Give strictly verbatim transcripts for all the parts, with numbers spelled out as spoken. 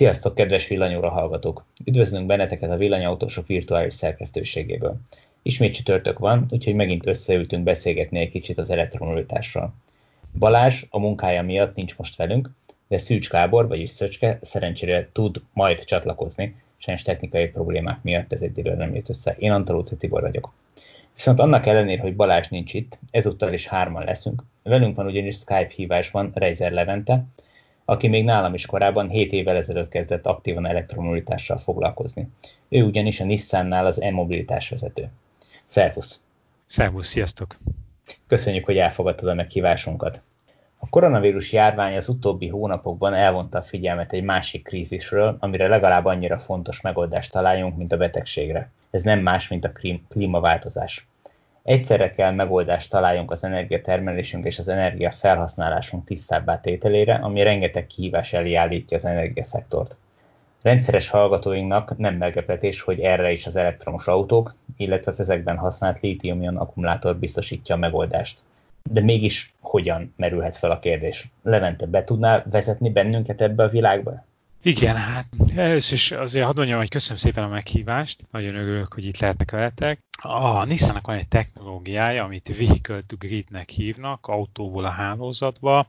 Sziasztok, kedves villanyóra hallgatók! Üdvözlünk benneteket a Villanyautósok virtuális szerkesztőségéből. Ismét csütörtök van, úgyhogy megint összeültünk beszélgetni egy kicsit az elektromobilitásról. Balázs a munkája miatt nincs most velünk, de Szűcs Gábor, vagyis Szöcske szerencsére tud majd csatlakozni, sajnos technikai problémák miatt ez egyelőre nem jött össze. Én Antalóci Tibor vagyok. Viszont annak ellenére, hogy Balázs nincs itt, ezúttal is hárman leszünk. Velünk van ugyanis Skype hívásban Reiser Levente, aki még nálam is korábban hét évvel ezelőtt kezdett aktívan elektromobilitással foglalkozni. Ő ugyanis a Nissannál az e-mobilitás vezető. Szervusz! Szervusz, sziasztok! Köszönjük, hogy elfogadtad a meghívásunkat. A koronavírus járvány az utóbbi hónapokban elvonta a figyelmet egy másik krízisről, amire legalább annyira fontos megoldást találjunk, mint a betegségre. Ez nem más, mint a klímaváltozás. Egyszerre kell megoldást találjunk az energiatermelésünk és az energiafelhasználásunk tisztábbá tételére, ami rengeteg kihívás elé állítja az energiaszektort. Rendszeres hallgatóinknak nem meglepetés, hogy erre is az elektromos autók, illetve az ezekben használt lítium-ion akkumulátor biztosítja a megoldást. De mégis hogyan merülhet fel a kérdés? Levente, be tudnál vezetni bennünket ebbe a világba? Igen, hát először is azért hadd mondjam, hogy köszönöm szépen a meghívást, nagyon örülök, hogy itt lehetek veletek. A Nissannak van egy technológiája, amit Vehicle to Gridnek hívnak, autóból a hálózatba,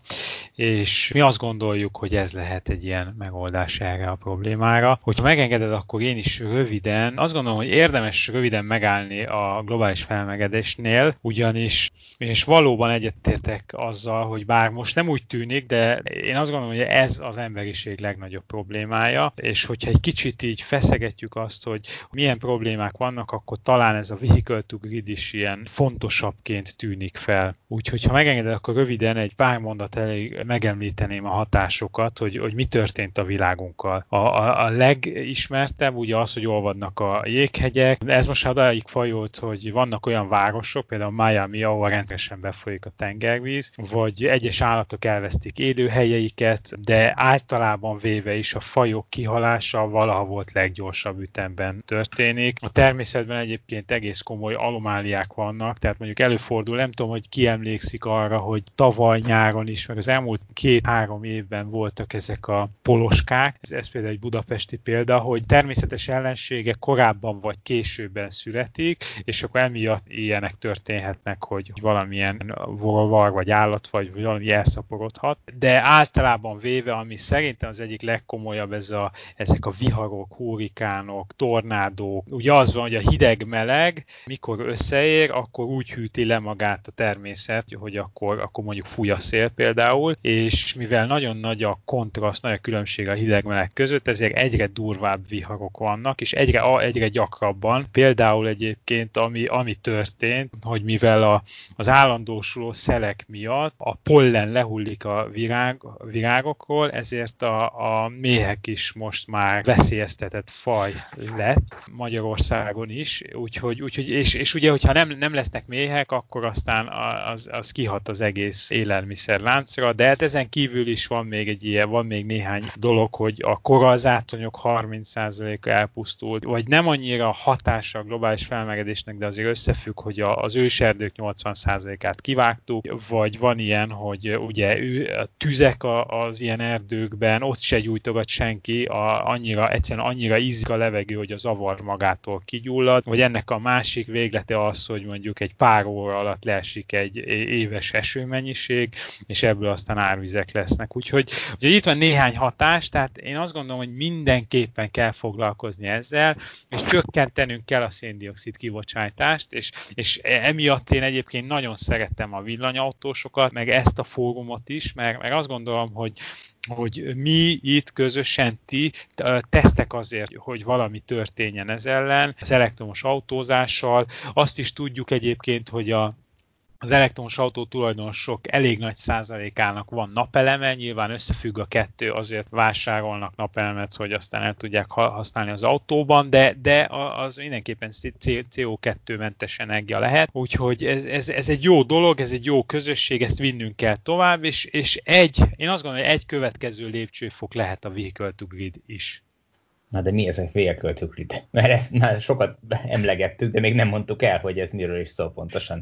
és mi azt gondoljuk, hogy ez lehet egy ilyen megoldás erre a problémára. Hogyha megengeded, akkor én is röviden, azt gondolom, hogy érdemes röviden megállni a globális felmelegedésnél, ugyanis és valóban egyetértek azzal, hogy bár most nem úgy tűnik, de én azt gondolom, hogy ez az emberiség legnagyobb problémája, és hogyha egy kicsit így feszegetjük azt, hogy milyen problémák vannak, akkor talán ez a Vehicle to Grid is ilyen fontosabbként tűnik fel. Úgyhogy ha megengeded, akkor röviden egy pár mondat elég megemlíteném a hatásokat, hogy, hogy mi történt a világunkkal. A, a, a legismertebb ugye az, hogy olvadnak a jéghegyek. Ez most odáig fajult, hogy vannak olyan városok, például Miami, ahol rendszeresen befolyik a tengervíz, vagy egyes állatok elvesztik élőhelyeiket, de általában véve is a fajok kihalása valaha volt leggyorsabb ütemben történik. A természetben egyébként egész komoly anomáliák vannak, tehát mondjuk előfordul, nem tudom, hogy ki emlékszik arra, hogy tavaly nyáron is, meg az elmúlt két-három évben voltak ezek a poloskák, ez, ez például egy budapesti példa, hogy természetes ellensége korábban vagy későbben születik, és akkor emiatt ilyenek történhetnek, hogy valamilyen var vagy állat vagy valami elszaporodhat, de általában véve, ami szerintem az egyik legkomolyabb, ez a, ezek a viharok, hurrikánok, tornádók. Ugye az van, hogy a hideg-meleg, mikor összeér, akkor úgy hűti le magát a természet, hogy akkor, akkor mondjuk fúj a szél például, és mivel nagyon nagy a kontraszt, nagy a különbség a hideg-meleg között, ezért egyre durvább viharok vannak, és egyre, egyre gyakrabban. Például egyébként, ami, ami történt, hogy mivel a, az állandósuló szelek miatt a pollen lehullik a virág, virágokról, ezért a, a méhek is most már veszélyeztetett faj lett Magyarországon is, úgyhogy, úgyhogy és, és ugye, hogyha nem, nem lesznek méhek, akkor aztán az, az kihat az egész élelmiszerláncra, de hát ezen kívül is van még egy ilyen, van még néhány dolog, hogy a korallzátonyok harminc százaléka elpusztult, vagy nem annyira hatása a globális felmelegedésnek, de azért összefügg, hogy az őserdők nyolcvan százalékát kivágtuk, vagy van ilyen, hogy ugye a tüzek az ilyen erdőkben, ott se gyújtogat senki, a, annyira, egyszerűen annyira ízik a levegő, hogy az avar magától kigyullad, vagy ennek a másik véglete az, hogy mondjuk egy pár óra alatt leesik egy éves esőmennyiség, és ebből aztán árvizek lesznek. Úgyhogy ugye itt van néhány hatás, tehát én azt gondolom, hogy mindenképpen kell foglalkozni ezzel, és csökkentenünk kell a szén-dioxid kibocsátást, és, és emiatt én egyébként nagyon szeretem a villanyautósokat, meg ezt a fórumot is, mert, mert azt gondolom, hogy hogy mi itt közösen ti tesztek azért, hogy valami történjen ez ellen, az elektromos autózással. Azt is tudjuk egyébként, hogy a az elektromos autó tulajdonosok elég nagy százalékának van napeleme, nyilván összefügg a kettő, azért vásárolnak napelemet, hogy aztán el tudják használni az autóban, de, de az mindenképpen cé o kettő mentes energia lehet, úgyhogy ez, ez, ez egy jó dolog, ez egy jó közösség, ezt vinnünk kell tovább, és, és egy, én azt gondolom, hogy egy következő lépcsőfok lehet a Vehicle to Grid is. Na de mi ez a Vehicle to Grid? Mert ezt már sokat emlegettük, de még nem mondtuk el, hogy ez miről is szól pontosan.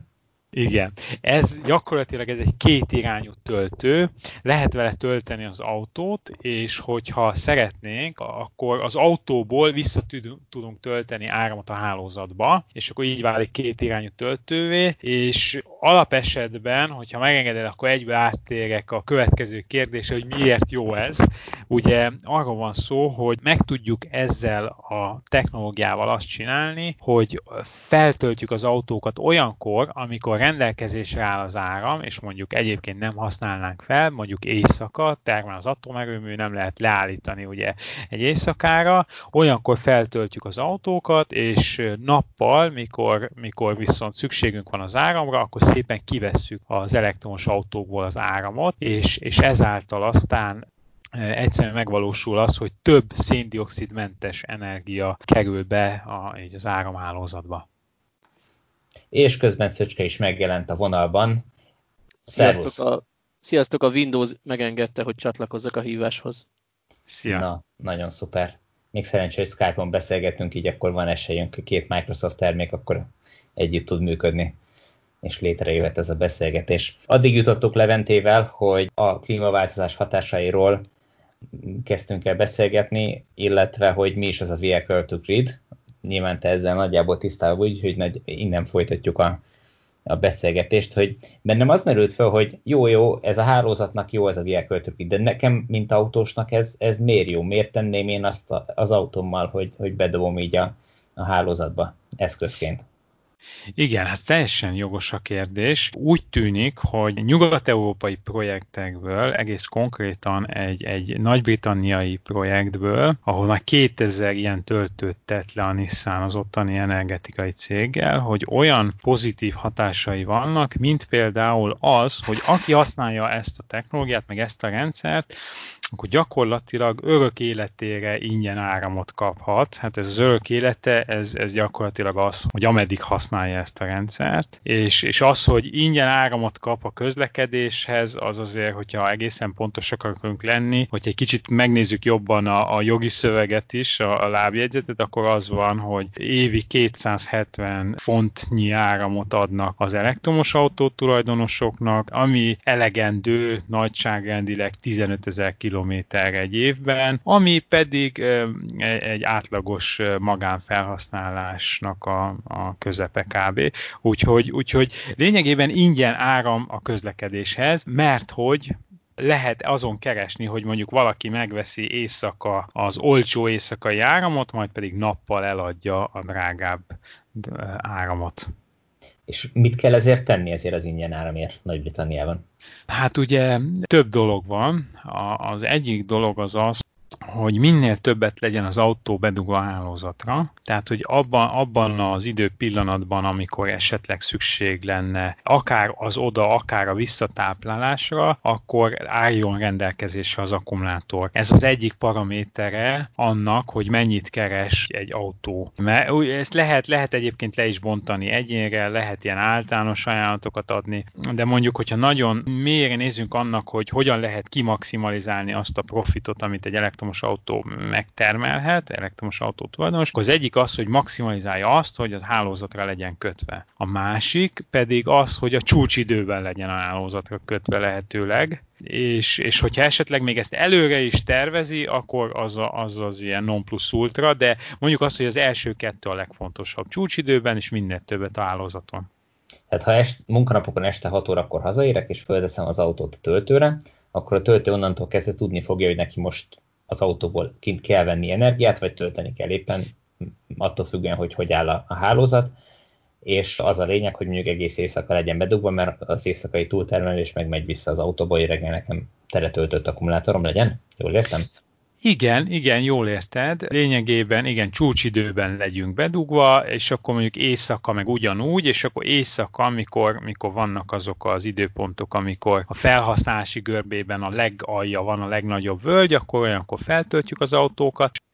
Igen, ez gyakorlatilag ez egy kétirányú töltő, lehet vele tölteni az autót, és hogyha szeretnénk, akkor az autóból vissza tudunk tölteni áramot a hálózatba, és akkor így válik kétirányú töltővé, és alapesetben, hogyha megengeded, akkor egyből áttérek a következő kérdésre, hogy miért jó ez. Ugye arról van szó, hogy meg tudjuk ezzel a technológiával azt csinálni, hogy feltöltjük az autókat olyankor, amikor rendelkezésre áll az áram, és mondjuk egyébként nem használnánk fel, mondjuk éjszaka, termel az atomerőmű, nem lehet leállítani ugye egy éjszakára, olyankor feltöltjük az autókat, és nappal, mikor, mikor viszont szükségünk van az áramra, akkor szépen kivesszük az elektromos autókból az áramot, és, és ezáltal aztán egyszerűen megvalósul az, hogy több széndioxidmentes energia kerül be a, így az áramhálózatba. És közben Szöcske is megjelent a vonalban. Sziasztok a, sziasztok, a Windows megengedte, hogy csatlakozzak a híváshoz. Szia! Na, nagyon szuper. Még szerencsé, hogy Skype-on beszélgetünk, így akkor van esélyünk, két Microsoft termék akkor együtt tud működni, és létrejöhet ez a beszélgetés. Addig jutottuk Leventével, hogy a klímaváltozás hatásairól kezdtünk el beszélgetni, illetve hogy mi is az a Vehicle to Grid. Nyilván te ezzel nagyjából tisztában vagy, hogy nagy, innen folytatjuk a, a beszélgetést, hogy bennem az merült fel, hogy jó-jó, ez a hálózatnak jó ez a Vehicle to Grid, de nekem, mint autósnak ez, ez miért jó? Miért tenném én azt a, az autómmal, hogy, hogy bedobom így a, a hálózatba eszközként? Igen, hát teljesen jogos a kérdés. Úgy tűnik, hogy nyugat-európai projektekből, egész konkrétan egy, egy nagy-britanniai projektből, ahol már kétezer ilyen töltőt tett le a Nissan az ottani energetikai céggel, hogy olyan pozitív hatásai vannak, mint például az, hogy aki használja ezt a technológiát, meg ezt a rendszert, akkor gyakorlatilag örök életére ingyen áramot kaphat. Hát ez az örök élete, ez, ez gyakorlatilag az, hogy ameddig használja ezt a rendszert, és, és az, hogy ingyen áramot kap a közlekedéshez, az azért, hogyha egészen pontosak akarunk lenni, hogy egy kicsit megnézzük jobban a, a jogi szöveget is, a, a lábjegyzetet, akkor az van, hogy évi kétszázhetven fontnyi áramot adnak az elektromos autó tulajdonosoknak, ami elegendő nagyságrendileg tizenötezer kilométerre egy évben, ami pedig egy átlagos magánfelhasználásnak a, a közepe kb. Úgyhogy, úgyhogy lényegében ingyen áram a közlekedéshez, mert hogy lehet azon keresni, hogy mondjuk valaki megveszi éjszaka az olcsó éjszakai áramot, majd pedig nappal eladja a drágább áramot. És mit kell ezért tenni ezért az ingyen áramért Nagy-Britanniában? Hát ugye több dolog van. Az egyik dolog az az, hogy minél többet legyen az autó bedugva a hálózatra, tehát hogy abban, abban az idő pillanatban, amikor esetleg szükség lenne akár az oda, akár a visszatáplálásra, akkor álljon rendelkezésre az akkumulátor. Ez az egyik paramétere annak, hogy mennyit keres egy autó. Mert ezt lehet, lehet egyébként le is bontani egyénre, lehet ilyen általános ajánlatokat adni, de mondjuk, hogyha nagyon mélyre nézzünk annak, hogy hogyan lehet kimaximalizálni azt a profitot, amit egy elektromos autó megtermelhet, elektromos autó tulajdonos, akkor az egyik az, hogy maximalizálja azt, hogy az hálózatra legyen kötve. A másik pedig az, hogy a csúcsidőben legyen a hálózatra kötve lehetőleg, és, és hogyha esetleg még ezt előre is tervezi, akkor az a, az, az ilyen non plus ultra, de mondjuk azt, hogy az első kettő a legfontosabb csúcsidőben, és minél többet a hálózaton. Tehát ha est, munkanapokon este hat órakor hazaérek, és földeszem az autót a töltőre, akkor a töltő onnantól kezdve tudni fogja, hogy neki most az autóból kint kell venni energiát, vagy tölteni kell éppen, attól függően, hogy hogy áll a, a hálózat, és az a lényeg, hogy mondjuk egész éjszaka legyen bedugva, mert az éjszakai túltermelés meg megy vissza az autóba, hogy reggel nekem teletöltött akkumulátorom legyen. Jól értem? Igen, igen, jól érted. Lényegében, igen, csúcsidőben legyünk bedugva, és akkor mondjuk éjszaka meg ugyanúgy, és akkor éjszaka, amikor, amikor vannak azok az időpontok, amikor a felhasználási görbében a legalja van, a legnagyobb völgy, akkor olyankor feltöltjük az autókat,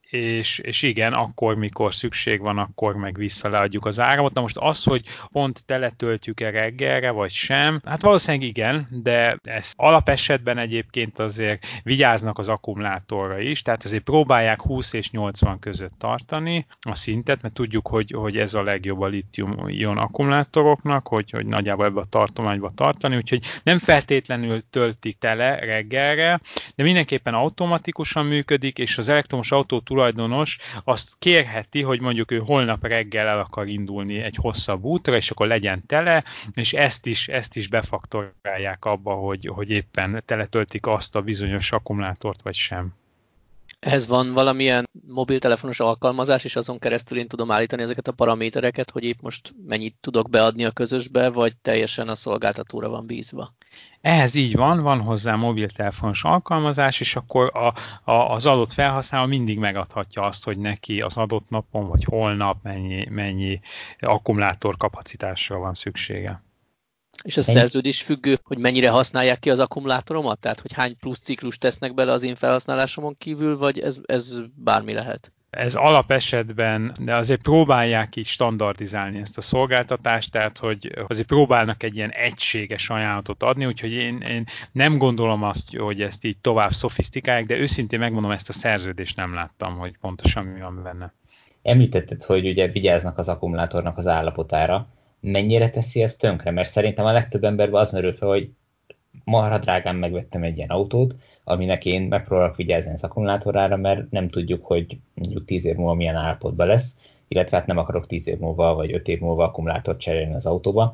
és, és igen, akkor, mikor szükség van, akkor meg visszaleadjuk az áramot. Na most az, hogy pont teletöltjük-e reggelre, vagy sem, hát valószínűleg igen, de ez alapesetben egyébként azért vigyáznak az akkumulátorra is, tehát azért próbálják húsz és nyolcvan között tartani a szintet, mert tudjuk, hogy, hogy ez a legjobb a lítium-ion akkumulátoroknak, hogy, hogy nagyjából ebbe a tartományba tartani, úgyhogy nem feltétlenül töltik tele reggelre, de mindenképpen automatikusan működik, és az elektromos autó tulajdonos azt kérheti, hogy mondjuk ő holnap reggel el akar indulni egy hosszabb útra, és akkor legyen tele, és ezt is, ezt is befaktorálják abba, hogy, hogy éppen teletöltik azt a bizonyos akkumulátort, vagy sem. Ehhez van valamilyen mobiltelefonos alkalmazás, és azon keresztül én tudom állítani ezeket a paramétereket, hogy épp most mennyit tudok beadni a közösbe, vagy teljesen a szolgáltatóra van bízva? Ehhez így van, van hozzá mobiltelefonos alkalmazás, és akkor a, a, az adott felhasználó mindig megadhatja azt, hogy neki az adott napon, vagy holnap mennyi, mennyi akkumulátor kapacitásra van szüksége. És a szerződés függő, hogy mennyire használják ki az akkumulátoromat? Tehát, hogy hány plusz ciklus tesznek bele az én felhasználásomon kívül, vagy ez, ez bármi lehet? Ez alapesetben, de azért próbálják így standardizálni ezt a szolgáltatást, tehát hogy azért próbálnak egy ilyen egységes ajánlatot adni, úgyhogy én, én nem gondolom azt, hogy ezt így tovább szofisztikálják, de őszintén megmondom, ezt a szerződést nem láttam, hogy pontosan mi van benne. Említetted, hogy ugye vigyáznak az akkumulátornak az állapotára. Mennyire teszi ezt tönkre? Mert szerintem a legtöbb emberben az merül fel, hogy marha drágán megvettem egy ilyen autót, aminek én megpróbálok vigyázni az akkumulátorára, mert nem tudjuk, hogy mondjuk tíz év múlva milyen állapotban lesz, illetve hát nem akarok tíz év múlva vagy öt év múlva akkumulátort cserélni az autóba.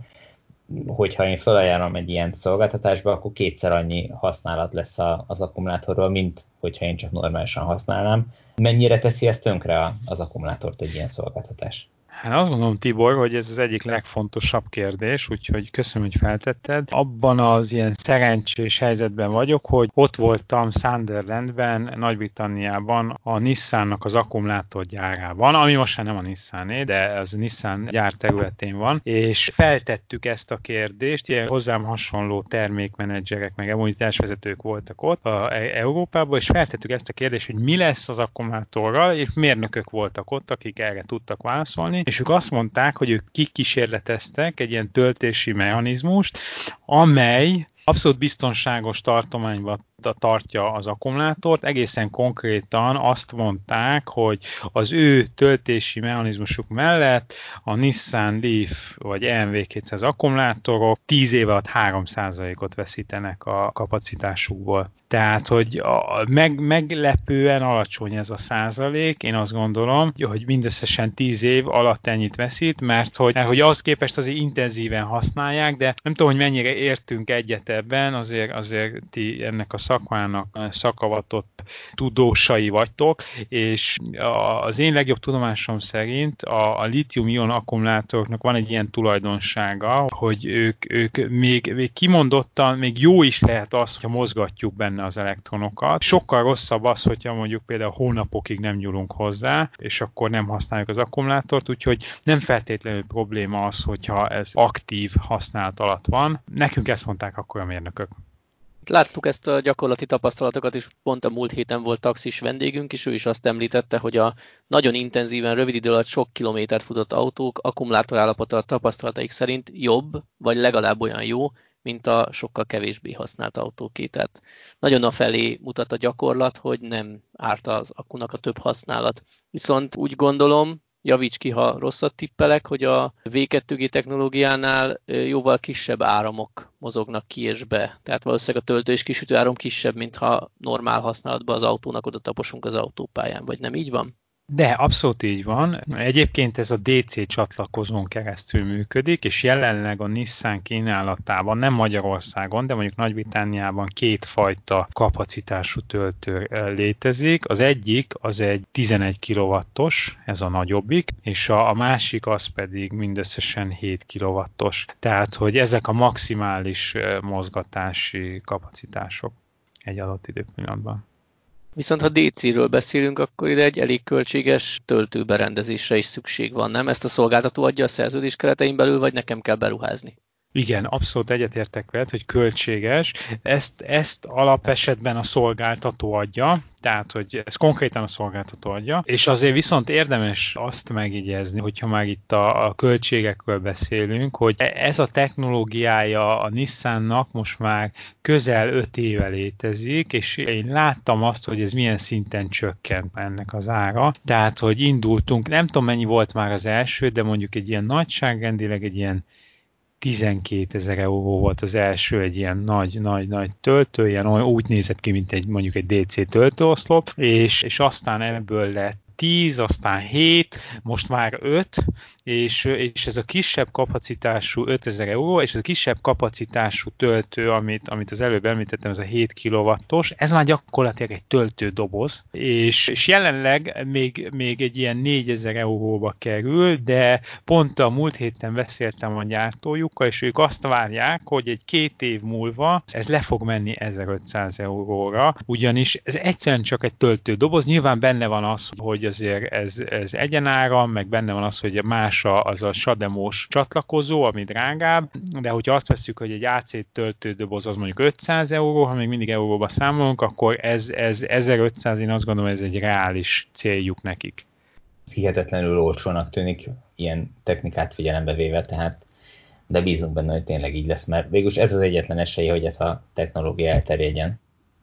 Hogyha én felajánlom egy ilyen szolgáltatásba, akkor kétszer annyi használat lesz az akkumulátorról, mint hogyha én csak normálisan használnám. Mennyire teszi ezt tönkre az akkumulátort egy ilyen szolgáltatás? Hát azt gondolom, Tibor, hogy ez az egyik legfontosabb kérdés, úgyhogy köszönöm, hogy feltetted. Abban az ilyen szerencsés helyzetben vagyok, hogy ott voltam Sunderlandben, Nagy-Britanniában, a Nissannak az akkumulátorgyárában, ami most már nem a Nissané, de az Nissan gyár területén van, és feltettük ezt a kérdést, ilyen hozzám hasonló termékmenedzserek, meg emolításvezetők voltak ott a Európában, és feltettük ezt a kérdést, hogy mi lesz az akkumulátorral, és mérnökök voltak ott, akik erre tudtak válaszolni, és ők azt mondták, hogy ők kikísérleteztek egy ilyen töltési mechanizmust, amely abszolút biztonságos tartományban tartja az akkumulátort. Egészen konkrétan azt mondták, hogy az ő töltési mechanizmusuk mellett a Nissan Leaf vagy E M W kétszáz akkumulátorok tíz év alatt három százalékot veszítenek a kapacitásukból. Tehát, hogy a, meg, meglepően alacsony ez a százalék, én azt gondolom, hogy mindösszesen tíz év alatt ennyit veszít, mert hogy, mert hogy az képest azért intenzíven használják, de nem tudom, hogy mennyire értünk egyet ebben, azért, azért ti ennek a szakmának szakavatott tudósai vagytok, és az én legjobb tudomásom szerint a, a lítium-ion akkumulátoroknak van egy ilyen tulajdonsága, hogy ők, ők még, még kimondottan, még jó is lehet az, hogyha mozgatjuk benne az elektronokat. Sokkal rosszabb az, hogyha mondjuk például hónapokig nem nyúlunk hozzá, és akkor nem használjuk az akkumulátort, úgyhogy nem feltétlenül probléma az, hogyha ez aktív használat alatt van. Nekünk ezt mondták akkor a mérnökök. Láttuk ezt a gyakorlati tapasztalatokat, és pont a múlt héten volt taxis vendégünk, és ő is azt említette, hogy a nagyon intenzíven, rövid idő alatt sok kilométert futott autók akkumulátorállapota a tapasztalataik szerint jobb, vagy legalább olyan jó, mint a sokkal kevésbé használt autóké. Tehát nagyon afelé mutat a gyakorlat, hogy nem árt az akkunak a több használat. Viszont úgy gondolom, javíts ki, ha rosszat tippelek, hogy a vé kettő gé technológiánál jóval kisebb áramok mozognak ki és be. Tehát valószínűleg a töltő és kisütő áram kisebb, mintha normál használatban az autónak oda taposunk az autópályán, vagy nem így van? De abszolút így van. Egyébként ez a dé cé csatlakozón keresztül működik, és jelenleg a Nissan kínálatában, nem Magyarországon, de mondjuk Nagy-Britanniában kétfajta kapacitású töltő létezik. Az egyik az egy tizenegy kilowattos, ez a nagyobbik, és a, a másik az pedig mindösszesen hét kilowattos. Tehát, hogy ezek a maximális mozgatási kapacitások egy adott időpillanatban. Viszont ha dé céről beszélünk, akkor ide egy elég költséges töltőberendezésre is szükség van, nem? Ezt a szolgáltató adja a szerződés keretein belül, vagy nekem kell beruházni? Igen, abszolút egyetértek veled, hogy költséges. Ezt, ezt alapesetben a szolgáltató adja, tehát, hogy ez konkrétan a szolgáltató adja, és azért viszont érdemes azt megjegyezni, hogyha már itt a, a költségekről beszélünk, hogy ez a technológiája a Nissannak most már közel öt éve létezik, és én láttam azt, hogy ez milyen szinten csökkent ennek az ára. Tehát, hogy indultunk, nem tudom mennyi volt már az első, de mondjuk egy ilyen nagyságrendileg egy ilyen tizenkétezer euró volt az első egy ilyen nagy-nagy-nagy töltő, ilyen úgy nézett ki, mint egy mondjuk egy dé cé töltőoszlop, és, és aztán ebből lett tíz, aztán hét, most már öt, és, és ez a kisebb kapacitású ötezer euró, és ez a kisebb kapacitású töltő, amit, amit az előbb említettem, ez a hét kilowattos, ez már gyakorlatilag egy töltődoboz, és, és jelenleg még, még egy ilyen négyezer euróba kerül, de pont a múlt héten beszéltem a gyártójukkal, és ők azt várják, hogy egy két év múlva ez le fog menni ezerötszáz euróra, ugyanis ez egyszerűen csak egy töltődoboz, nyilván benne van az, hogy azért ez, ez egyenáram, meg benne van az, hogy más az a sademos csatlakozó, ami drágább, de hogyha azt veszük, hogy egy á cé töltődoboz az mondjuk ötszáz euró, ha még mindig euróba számolunk, akkor ez, ez ezerötszáz, én azt gondolom, ez egy reális céljuk nekik. Hihetetlenül olcsónak tűnik ilyen technikát figyelembe véve, tehát de bízunk benne, hogy tényleg így lesz, mert végülis ez az egyetlen esélye, hogy ez a technológia elterjedjen.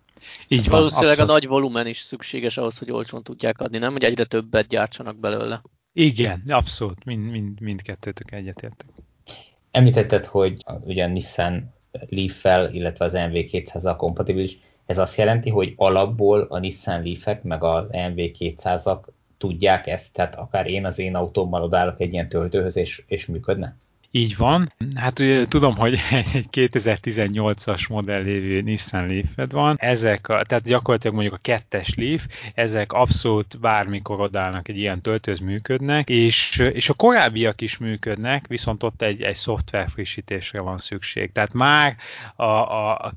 Így van, valószínűleg abszolút. A nagy volumen is szükséges ahhoz, hogy olcsón tudják adni, nem? Hogy egyre többet gyártsanak belőle. Igen, abszolút, mind, mind, mindkettőtök egyetértek. Említetted, hogy ugye a Nissan Leaf-fel, illetve az em vé kétszázzal kompatibilis. Ez azt jelenti, hogy alapból a Nissan Leaf-ek meg az em vé kétszázak tudják ezt, tehát akár én az én autómmal odállok egy ilyen töltőhöz, és, és működne? Így van. Hát ugye tudom, hogy egy kétezer-tizennyolcas modell lévő Nissan Leaf-ed van. Ezek, a, tehát gyakorlatilag mondjuk a kettes Leaf, ezek abszolút bármikor odállnak egy ilyen töltőhöz működnek, és, és a korábbiak is működnek, viszont ott egy, egy szoftver frissítésre van szükség. Tehát már a, a, a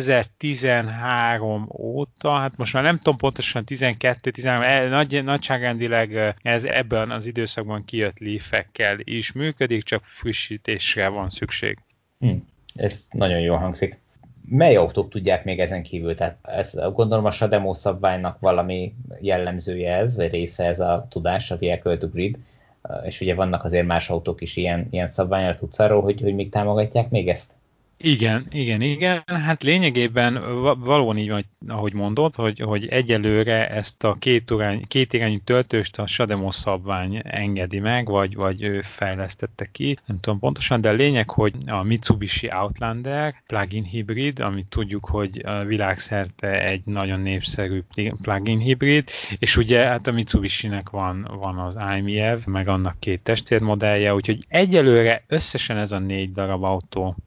kétezer-tizenhárom óta, hát most már nem tudom pontosan tizenkettő tizenhárom, nagy, nagyságrendileg ez ebben az időszakban kijött Leaf-ekkel is működik, csak friss van szükség. Hm, ez nagyon jól hangzik. Mely autók tudják még ezen kívül? Tehát ez, gondolom a Sademo szabványnak valami jellemzője ez, vagy része ez a tudás, a Vehicle to Grid, és ugye vannak azért más autók is ilyen, ilyen szabványra, tudsz arról, hogy, hogy még támogatják még ezt? Igen, igen, igen. Hát lényegében valóban így van, ahogy mondod, hogy, hogy egyelőre ezt a két, urány, két irányú töltőst a Sademo szabvány engedi meg, vagy, vagy ő fejlesztette ki, nem tudom pontosan, de a lényeg, hogy a Mitsubishi Outlander plug-in hibrid, amit tudjuk, hogy világszerte egy nagyon népszerű plug-in hibrid, és ugye hát a Mitsubishi-nek van, van az i em i e v, meg annak két testvérmodellje, úgyhogy egyelőre összesen ez a négy darab autó.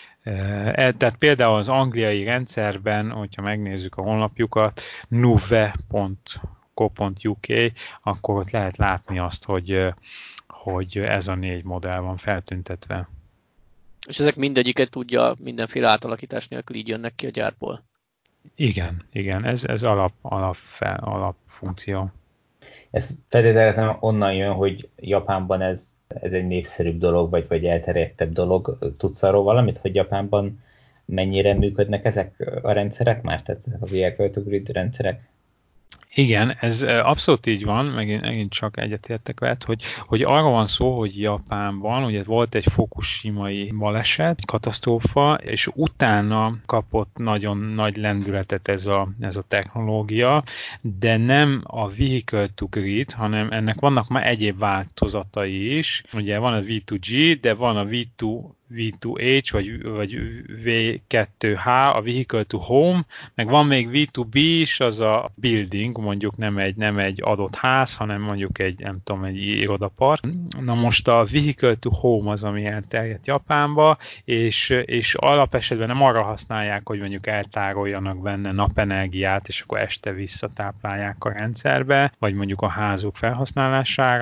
Tehát például az angliai rendszerben, hogyha megnézzük a honlapjukat, nuve pont co pont u k, akkor ott lehet látni azt, hogy, hogy ez a négy modell van feltüntetve. És ezek mindegyiket tudja mindenféle átalakítás nélkül így jönnek ki a gyárból? Igen, igen, ez, ez alap, alap, fel, alap funkció. Ez feltételezem onnan jön, hogy Japánban ez ez egy népszerűbb dolog, vagy, vagy elterjedtebb dolog. Tudsz arról valamit, hogy Japánban mennyire működnek ezek a rendszerek már? Tehát a Vehicle to Grid rendszerek? Igen, ez abszolút így van, megint, megint csak egyetértek veled, hogy, hogy arra van szó, hogy Japánban ugye volt egy fukushimai baleset, katasztrófa, és utána kapott nagyon nagy lendületet ez a, ez a technológia, de nem a Vehicle to Grid, hanem ennek vannak már egyéb változatai is. Ugye van a vé kettő gé, de van a vé kettő vé kettő há, vagy, vagy vé kettő há, a Vehicle to Home, meg van még vé kettő bé is, az a building, mondjuk nem egy, nem egy adott ház, hanem mondjuk egy, nem tudom, egy irodapark. Na most a Vehicle to Home az, ami elterjedt Japánba, és, és alapesetben nem arra használják, hogy mondjuk eltároljanak benne napenergiát, és akkor este visszatáplálják a rendszerbe, vagy mondjuk a házuk felhasználására,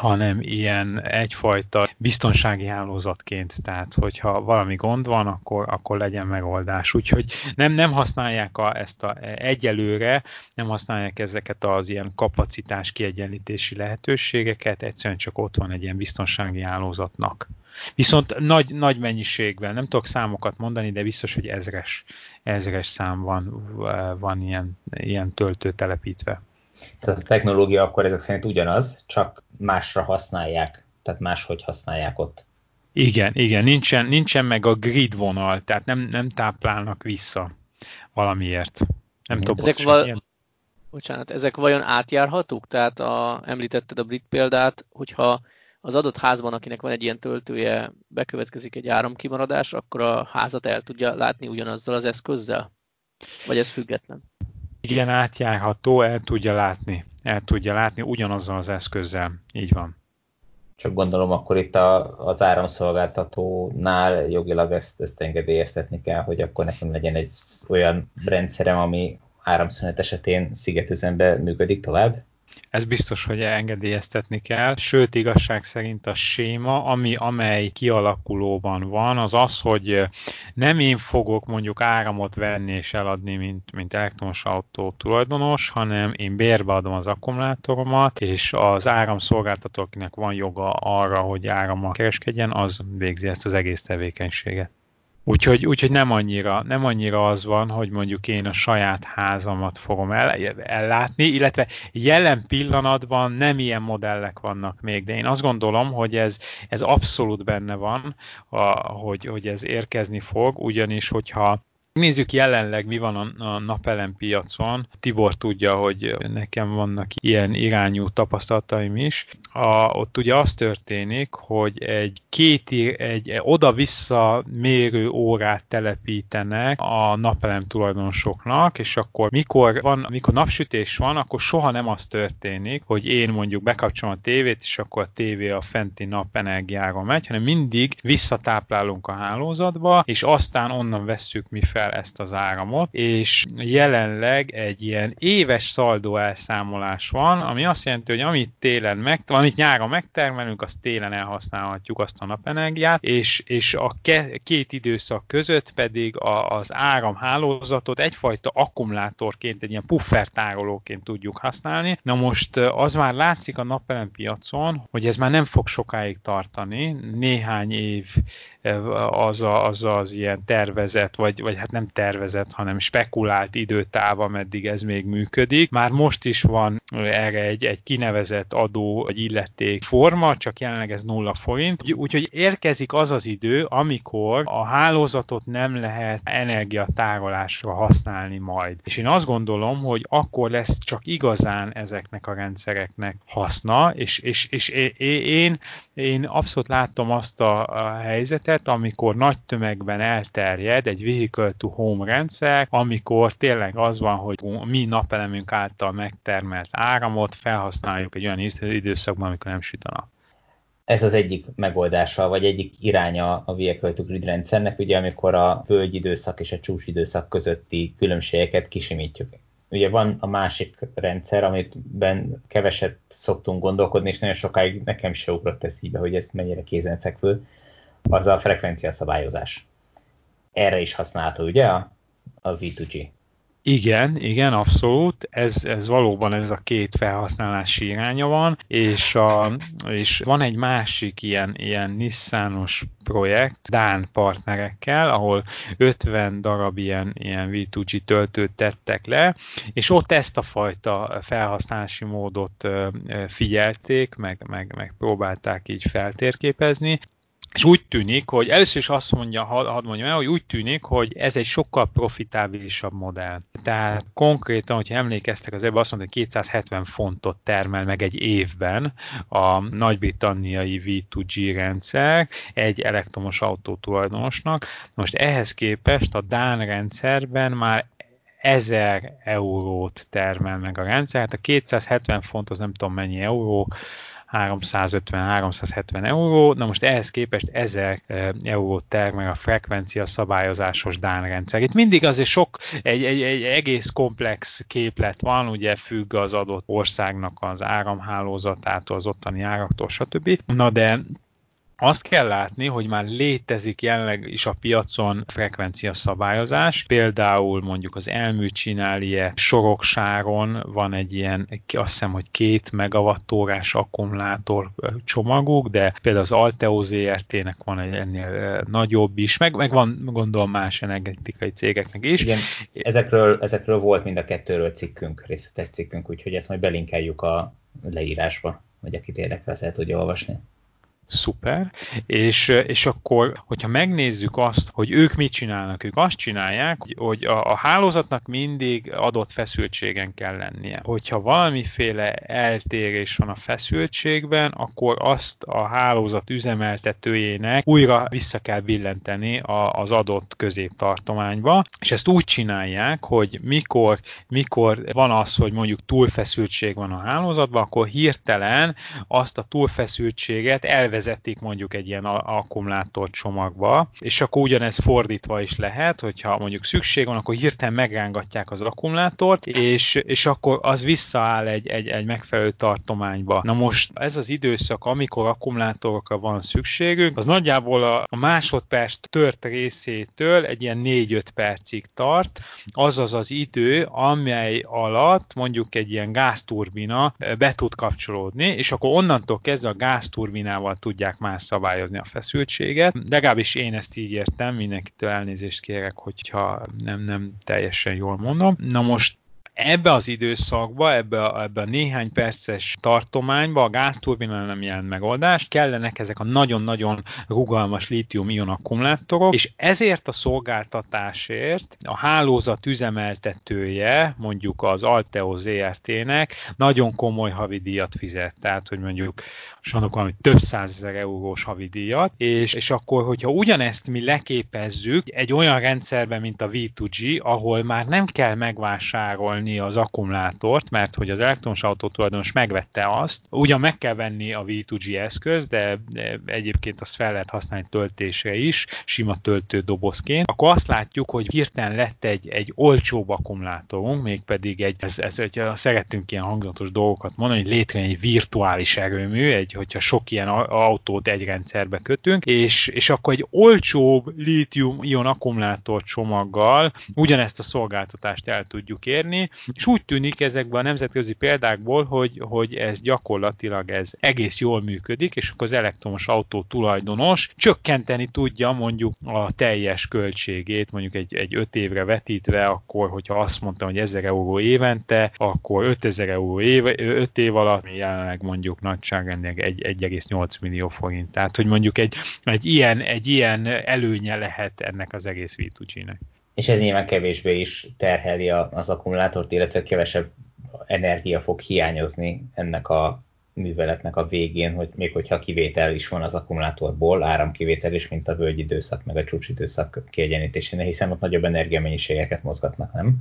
hanem ilyen egyfajta biztonsági hálózatként, tehát hogyha valami gond van, akkor, akkor legyen megoldás. Úgyhogy nem, nem használják a, ezt a, egyelőre, nem használják ezeket az ilyen kapacitás kiegyenlítési lehetőségeket, egyszerűen csak ott van egy ilyen biztonsági hálózatnak. Viszont nagy, nagy mennyiségben, nem tudok számokat mondani, de biztos, hogy ezres, ezres szám van, van ilyen, ilyen töltő telepítve. Tehát a technológia akkor ezek szerint ugyanaz, csak másra használják, tehát máshogy használják ott. Igen, igen, nincsen, nincsen meg a grid vonal, tehát nem, nem táplálnak vissza valamiért. Nem tudom, ezek, val- ilyen... Bocsánat, ezek vajon átjárhatók? Tehát a, említetted a brit példát, hogyha az adott házban, akinek van egy ilyen töltője, bekövetkezik egy áramkimaradás, akkor a házat el tudja látni ugyanazzal az eszközzel? Vagy ez független? Igen, átjárható, el tudja látni. El tudja látni ugyanazzal az eszközzel. Így van. Csak gondolom, akkor itt a, az áramszolgáltatónál jogilag ezt, ezt engedélyeztetni kell, hogy akkor nekem legyen egy olyan rendszerem, ami áramszünet esetén szigetüzemben működik tovább. Ez biztos, hogy engedélyeztetni kell, sőt igazság szerint a séma, ami, amely kialakulóban van, az az, hogy nem én fogok mondjuk áramot venni és eladni, mint, mint elektromos autó tulajdonos, hanem én bérbe adom az akkumulátoromat, és az áramszolgáltató, akinek van joga arra, hogy árammal kereskedjen, az végzi ezt az egész tevékenységet. Úgyhogy, úgyhogy nem, annyira, nem annyira az van, hogy mondjuk én a saját házamat fogom el, ellátni, illetve jelen pillanatban nem ilyen modellek vannak még, de én azt gondolom, hogy ez, ez abszolút benne van, a, hogy, hogy ez érkezni fog, ugyanis hogyha nézzük jelenleg, mi van a, a napelem-piacon. Tibor tudja, hogy nekem vannak ilyen irányú tapasztalataim is. A, ott ugye az történik, hogy egy, két, egy oda-vissza mérő órát telepítenek a napelem tulajdonosoknak, és akkor mikor, van, mikor napsütés van, akkor soha nem az történik, hogy én mondjuk bekapcsolom a tévét, és akkor a tévé a fenti napenergiára megy, hanem mindig visszatáplálunk a hálózatba, és aztán onnan vesszük mi fel ezt az áramot, és jelenleg egy ilyen éves szaldó elszámolás van, ami azt jelenti, hogy amit télen meg, amit nyáron megtermelünk, azt télen elhasználhatjuk azt a napenergiát, és, és a ke, két időszak között pedig a, az áramhálózatot egyfajta akkumulátorként, egy ilyen puffertárolóként tudjuk használni. Na most az már látszik a napelempiacon, hogy ez már nem fog sokáig tartani, néhány év az a, az, az ilyen tervezett, vagy, vagy hát nem tervezett, hanem spekulált időtáv, ameddig ez még működik. Már most is van erre egy, egy kinevezett adó, vagy illeték forma, csak jelenleg ez nulla forint. Úgyhogy érkezik az az idő, amikor a hálózatot nem lehet energiatárolásra használni majd. És én azt gondolom, hogy akkor lesz csak igazán ezeknek a rendszereknek haszna, és, és, és én, én abszolút látom azt a, a helyzetet, amikor nagy tömegben elterjed egy vehicle to home rendszer, amikor tényleg az van, hogy mi napelemünk által megtermelt áramot felhasználjuk egy olyan időszakban, amikor nem süt a nap. Ez az egyik megoldása, vagy egyik iránya a vehicle to grid rendszernek, ugye amikor a völgyidőszak és a csúcsidőszak közötti különbségeket kisimítjuk. Ugye van a másik rendszer, amiben keveset szoktunk gondolkodni, és nagyon sokáig nekem se ugrott eszébe, hogy ez mennyire kézenfekvő, az a frekvencia szabályozás. Erre is használható, ugye, a, a vé kettő gé? Igen, igen, abszolút. Ez, ez valóban ez a két felhasználási iránya van, és, a, és van egy másik ilyen, ilyen Nissanos projekt, dán partnerekkel, ahol ötven darab ilyen, ilyen vé kettő gé töltőt tettek le, és ott ezt a fajta felhasználási módot figyelték, meg, meg, meg próbálták így feltérképezni. És úgy tűnik, hogy először is azt mondja, hadd mondjam el, hogy úgy tűnik, hogy ez egy sokkal profitábilisabb modell. Tehát konkrétan, hogyha emlékeztek, az ebben azt mondta, hogy kétszázhetven fontot termel meg egy évben a nagy-britanniai vé kettő gé rendszer egy elektromos autó tulajdonosnak. Most ehhez képest a dán rendszerben már ezer eurót termel meg a rendszer. Hát a kétszázhetven font az nem tudom mennyi euró, háromszázötven-háromszázhetven euró, na most ehhez képest ezer eurót termel a frekvencia szabályozásos dán rendszer. Itt mindig azért sok, egy, egy, egy egész komplex képlet van, ugye függ az adott országnak az áramhálózatától, az ottani áraktól, stb. Na de azt kell látni, hogy már létezik jelenleg is a piacon frekvencia szabályozás, például mondjuk az Elmű csinál ilyen, Soroksáron van egy ilyen, azt hiszem, hogy két megawattórás akkumulátor csomaguk, de például az Alteo zé er té-nek van egy ennél nagyobb is, meg, meg van gondolom más energetikai cégeknek is. Igen, ezekről, ezekről volt mind a kettőről cikkünk, részletes cikkünk, úgyhogy ezt majd belinkeljük a leírásba, hogy akit érdekel, ezt el tudja olvasni. Szuper, és, és akkor, hogyha megnézzük azt, hogy ők mit csinálnak, ők azt csinálják, hogy a, a hálózatnak mindig adott feszültségen kell lennie. Hogyha valamiféle eltérés van a feszültségben, akkor azt a hálózat üzemeltetőjének újra vissza kell billenteni a, az adott középtartományba, és ezt úgy csinálják, hogy mikor, mikor van az, hogy mondjuk túlfeszültség van a hálózatban, akkor hirtelen azt a túlfeszültséget elvezetik vezetik mondjuk egy ilyen akkumulátor csomagba, és akkor ugyanez fordítva is lehet, hogyha mondjuk szükség van, akkor hirtelen megrángatják az akkumulátort, és, és akkor az visszaáll egy, egy, egy megfelelő tartományba. Na most ez az időszak, amikor akkumulátorokra van szükségünk, az nagyjából a, a másodperc tört részétől egy ilyen négy-öt percig tart, azaz az idő, amely alatt mondjuk egy ilyen gázturbina be tud kapcsolódni, és akkor onnantól kezdve a gázturbinával tudják már szabályozni a feszültséget. Legalábbis én ezt így értem, mindenkitől elnézést kérek, hogyha nem, nem teljesen jól mondom. Na most ebbe az időszakba, ebbe a, ebbe a néhány perces tartományba a gázturbina nem jelent megoldást, kellenek ezek a nagyon-nagyon rugalmas lítium-ion akkumulátorok, és ezért a szolgáltatásért a hálózat üzemeltetője, mondjuk az Alteo zé er té-nek nagyon komoly havidíjat fizet, tehát hogy mondjuk mondok valami több százezer eurós havidíjat, és, és akkor, hogyha ugyanezt mi leképezzük egy olyan rendszerben, mint a vé kettő gé, ahol már nem kell megvásárolni az akkumulátort, mert hogy az elektromos autó tulajdonos megvette azt, ugyan meg kell venni a vé kettő gé eszköz, de, de egyébként azt fel lehet használni töltésre is, sima töltődobozként, akkor azt látjuk, hogy hirtelen lett egy, egy olcsóbb akkumulátorunk, mégpedig egy, ez, ez, egy, szerettünk ilyen hangzatos dolgokat mondani, hogy létrejön egy virtuális erőmű, egy, hogyha sok ilyen autót egy rendszerbe kötünk, és, és akkor egy olcsóbb lítium-ion akkumulátor csomaggal ugyanezt a szolgáltatást el tudjuk érni, és úgy tűnik ezekben a nemzetközi példákból, hogy, hogy ez gyakorlatilag ez egész jól működik, és akkor az elektromos autó tulajdonos csökkenteni tudja mondjuk a teljes költségét, mondjuk egy, egy öt évre vetítve, akkor, hogyha azt mondtam, hogy ezer euró évente, akkor ötezer euró év, öt év alatt, jelenleg mondjuk nagyságrendileg egy egy egész nyolc millió forint. Tehát, hogy mondjuk egy, egy, ilyen, egy ilyen előnye lehet ennek az egész vé kettő gének. És ez nyilván kevésbé is terheli az akkumulátort, illetve kevesebb energia fog hiányozni ennek a műveletnek a végén, hogy még hogyha kivétel is van az akkumulátorból, áramkivétel is, mint a völgyidőszak, meg a csúcsidőszak kiegyenítésénél, hiszen ott nagyobb energiamennyiségeket mozgatnak, nem?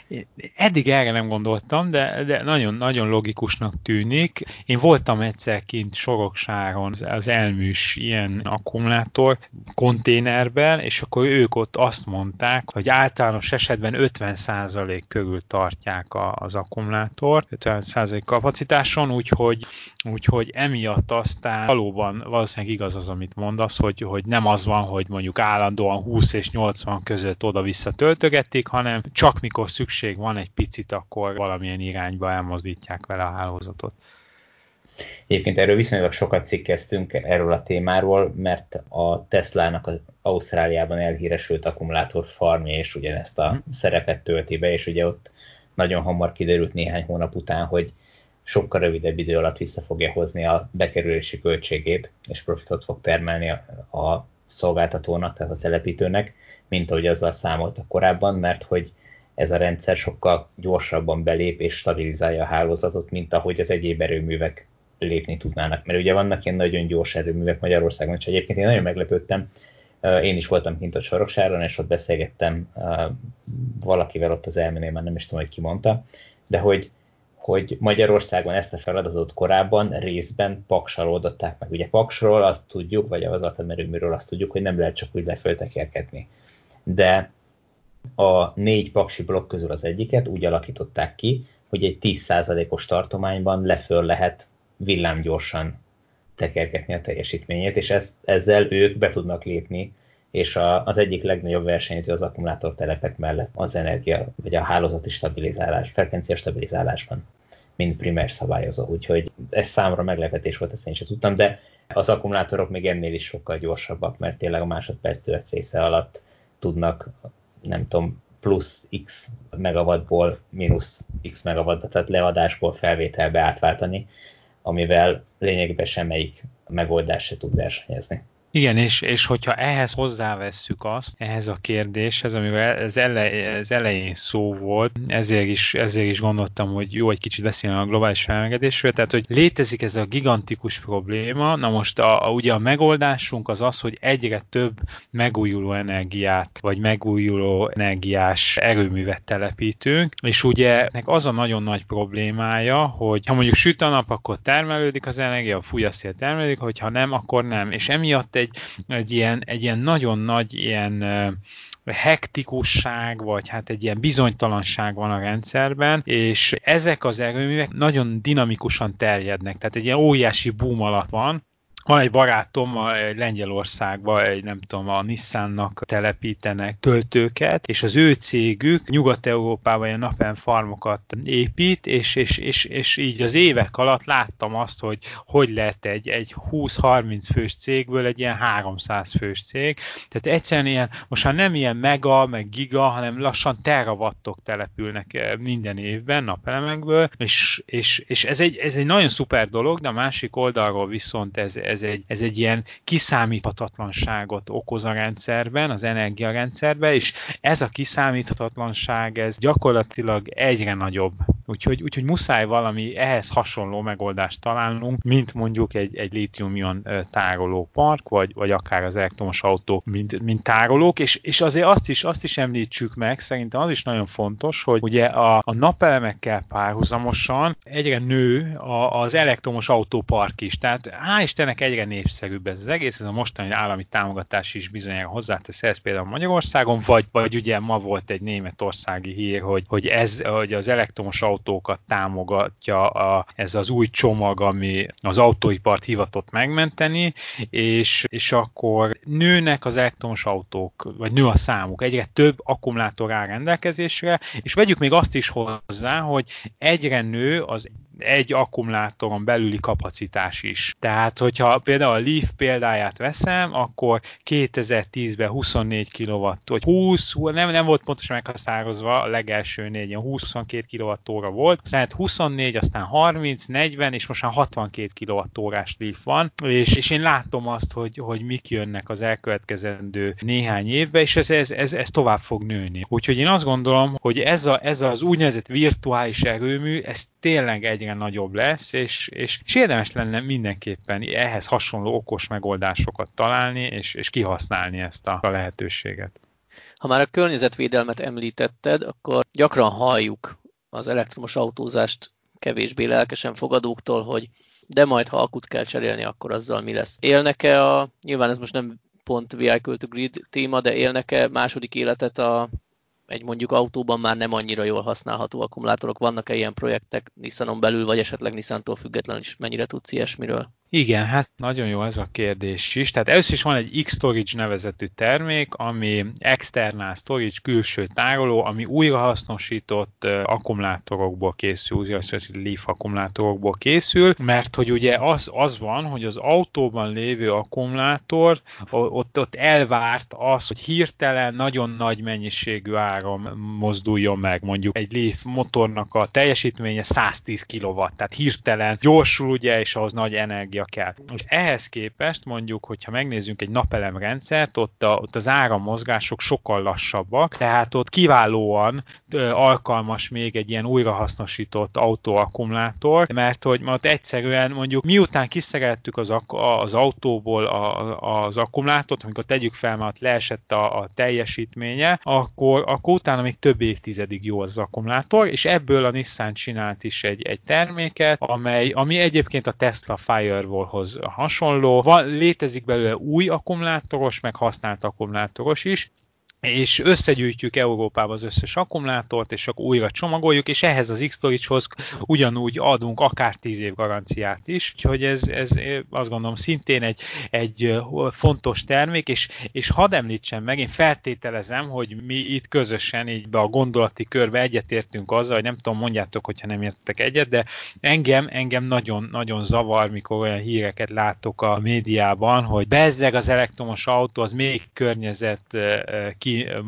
Eddig erre nem gondoltam, de, de nagyon, nagyon logikusnak tűnik. Én voltam egyszer kint Soroksáron az Elműs ilyen akkumulátor konténerben, és akkor ők ott azt mondták, hogy általános esetben ötven százalék körül tartják a, az akkumulátort, ötven százalék kapacitáson, úgyhogy, úgyhogy emiatt aztán valóban valószínűleg igaz az, amit mondasz, hogy, hogy nem az van, hogy mondjuk állandóan húsz és nyolcvan között oda-vissza töltögetik, hanem csak mikor szükség van egy picit, akkor valamilyen irányba elmozdítják vele a hálózatot. Egyébként erről viszonylag sokat cikkeztünk erről a témáról, mert a Teslának az Ausztráliában elhíresült akkumulátor farmja és ugyanezt a szerepet tölti be, és ugye ott nagyon hamar kiderült néhány hónap után, hogy sokkal rövidebb idő alatt vissza fogja hozni a bekerülési költségét, és profitot fog termelni a, a szolgáltatónak, tehát a telepítőnek, mint ahogy azzal számoltak korábban, mert hogy ez a rendszer sokkal gyorsabban belép és stabilizálja a hálózatot, mint ahogy az egyéb erőművek lépni tudnának. Mert ugye vannak ilyen nagyon gyors erőművek Magyarországon, és egyébként én nagyon meglepődtem. Én is voltam kint a Soroksáron, és ott beszélgettem valakivel ott az Elménél, már nem is tudom, hogy ki mondta, de hogy, hogy Magyarországon ezt a feladatot korábban részben Paksal oldották meg. Ugye Paksról azt tudjuk, vagy az atomerőműről azt tudjuk, hogy nem lehet csak úgy leföltekerkedni. De a négy paksi blokk közül az egyiket úgy alakították ki, hogy egy tíz százalékos tartományban leföl lehet villámgyorsan tekergetni a teljesítményét, és ez, ezzel ők be tudnak lépni, és a, az egyik legnagyobb versenyző az akkumulátortelepek mellett az energia, vagy a hálózati stabilizálás, frekvencia stabilizálásban, mint primer szabályozó. Úgyhogy ez számomra meglepetés volt, ezt én sem tudtam, de az akkumulátorok még ennél is sokkal gyorsabbak, mert tényleg a másodperc töltrésze alatt tudnak, nem tudom, plusz x megawattból mínusz x megawattba, tehát leadásból felvételbe átváltani, amivel lényegében semmelyik megoldás se tud versenyezni. Igen, és, és hogyha ehhez hozzávesszük azt, ehhez a kérdéshez, amivel ez elej, az elején szó volt, ezért is, ezért is gondoltam, hogy jó egy kicsit beszélni a globális felmelegedésről, tehát hogy létezik ez a gigantikus probléma, na most a, a, ugye a megoldásunk az az, hogy egyre több megújuló energiát, vagy megújuló energiás erőművet telepítünk, és ugye ennek az a nagyon nagy problémája, hogy ha mondjuk süt a nap, akkor termelődik az energia, ha fúj a szél termelődik, hogyha nem, akkor nem, és emiatt Egy, egy, ilyen, egy ilyen nagyon nagy ilyen hektikusság, vagy hát egy ilyen bizonytalanság van a rendszerben, és ezek az erőművek nagyon dinamikusan terjednek, tehát egy ilyen óriási boom alatt van. Van egy barátom Lengyelországban, egy, nem tudom, a Nissannak telepítenek töltőket, és az ő cégük Nyugat-Európában ilyen napelem-farmokat épít, és, és, és, és így az évek alatt láttam azt, hogy hogy lett egy, egy húsz-harminc fős cégből egy ilyen háromszáz fős cég. Tehát egyszerűen ilyen, most már nem ilyen mega, meg giga, hanem lassan terawattok települnek minden évben napelemekből, és, és, és ez, egy, ez egy nagyon szuper dolog, de a másik oldalról viszont ez Ez egy, ez egy ilyen kiszámíthatatlanságot okoz a rendszerben, az energiarendszerben, és ez a kiszámíthatatlanság, ez gyakorlatilag egyre nagyobb. Úgyhogy, úgyhogy muszáj valami ehhez hasonló megoldást találnunk, mint mondjuk egy, egy lítium-ion tároló park, vagy, vagy akár az elektromos autók, mint, mint tárolók, és, és azért azt is, azt is említsük meg, szerintem az is nagyon fontos, hogy ugye a, a napelemekkel párhuzamosan egyre nő a, az elektromos autópark is. Tehát hál' Istennek egyre népszerűbb ez az egész, ez a mostani állami támogatás is bizonyára hozzátesz ez például Magyarországon, vagy, vagy ugye ma volt egy németországi hír, hogy, hogy, ez, hogy az elektromos autókat támogatja a, ez az új csomag, ami az autóipart hivatott megmenteni, és, és akkor nőnek az elektromos autók, vagy nő a számuk, egyre több akkumulátor áll rendelkezésre, és vegyük még azt is hozzá, hogy egyre nő az egy akkumulátoron belüli kapacitás is. Tehát, hogyha például a Leaf példáját veszem, akkor kétezer-tízben huszonnégy kilowatt, vagy húsz, nem, nem volt pontosan meghatározva, a legelső négy, ilyen húsz-huszonkettő kilowattóra volt, aztán huszonnégy, aztán harminc, negyven, és most már hatvankét kilowattórás Leaf van, és, és én látom azt, hogy, hogy mik jönnek az elkövetkezendő néhány évben, és ez, ez, ez, ez tovább fog nőni. Úgyhogy én azt gondolom, hogy ez, a, ez az úgynevezett virtuális erőmű, ez tényleg egyre nagyobb lesz, és, és, és érdemes lenne mindenképpen ehhez hasonló okos megoldásokat találni, és, és kihasználni ezt a, a lehetőséget. Ha már a környezetvédelmet említetted, akkor gyakran halljuk az elektromos autózást kevésbé lelkesen fogadóktól, hogy de majd, ha akut kell cserélni, akkor azzal mi lesz. Élnek-e a, nyilván ez most nem pont Vehicle to Grid téma, de élnek-e második életet a egy mondjuk autóban már nem annyira jól használható akkumulátorok? Vannak-e ilyen projektek Nissanon belül, vagy esetleg Nissantól függetlenül is mennyire tudsz ilyesmiről? Igen, hát nagyon jó ez a kérdés is. Tehát először is van egy X-Storage nevezetű termék, ami external storage, külső tároló, ami újrahasznosított akkumulátorokból készül, újrahasznosított Leaf akkumulátorokból készül, mert hogy ugye az, az van, hogy az autóban lévő akkumulátor, ott, ott elvárt az, hogy hirtelen nagyon nagy mennyiségű áram mozduljon meg. Mondjuk egy Leaf motornak a teljesítménye száztíz kilowatt, tehát hirtelen gyorsul ugye, és ahhoz nagy energia energia kell. És ehhez képest mondjuk, hogyha megnézzünk egy napelemrendszert, ott, a, ott az árammozgások sokkal lassabbak, tehát ott kiválóan ö, alkalmas még egy ilyen újrahasznosított autóakkumulátor, mert hogy ott egyszerűen mondjuk miután kiszereltük az, az autóból a, az akkumulátort, amikor tegyük fel, mert leesett a, a teljesítménye, akkor, akkor utána még több évtizedig jó az akkumulátor, és ebből a Nissan csinált is egy, egy terméket, amely, ami egyébként a Tesla Firewallhoz hasonló. Van, létezik belőle új akkumulátoros, meg használt akkumulátoros is, és összegyűjtjük Európába az összes akkumulátort, és akkor újra csomagoljuk, és ehhez az X-Storage-hoz ugyanúgy adunk akár tíz év garanciát is, úgyhogy ez, ez azt gondolom szintén egy, egy fontos termék, és, és hadd említsem meg, én feltételezem, hogy mi itt közösen így be a gondolati körbe egyetértünk azzal, hogy nem tudom, mondjátok, hogyha nem értetek egyet, de engem, engem nagyon, nagyon zavar, mikor olyan híreket látok a médiában, hogy bezzeg az elektromos autó, az még környezet ki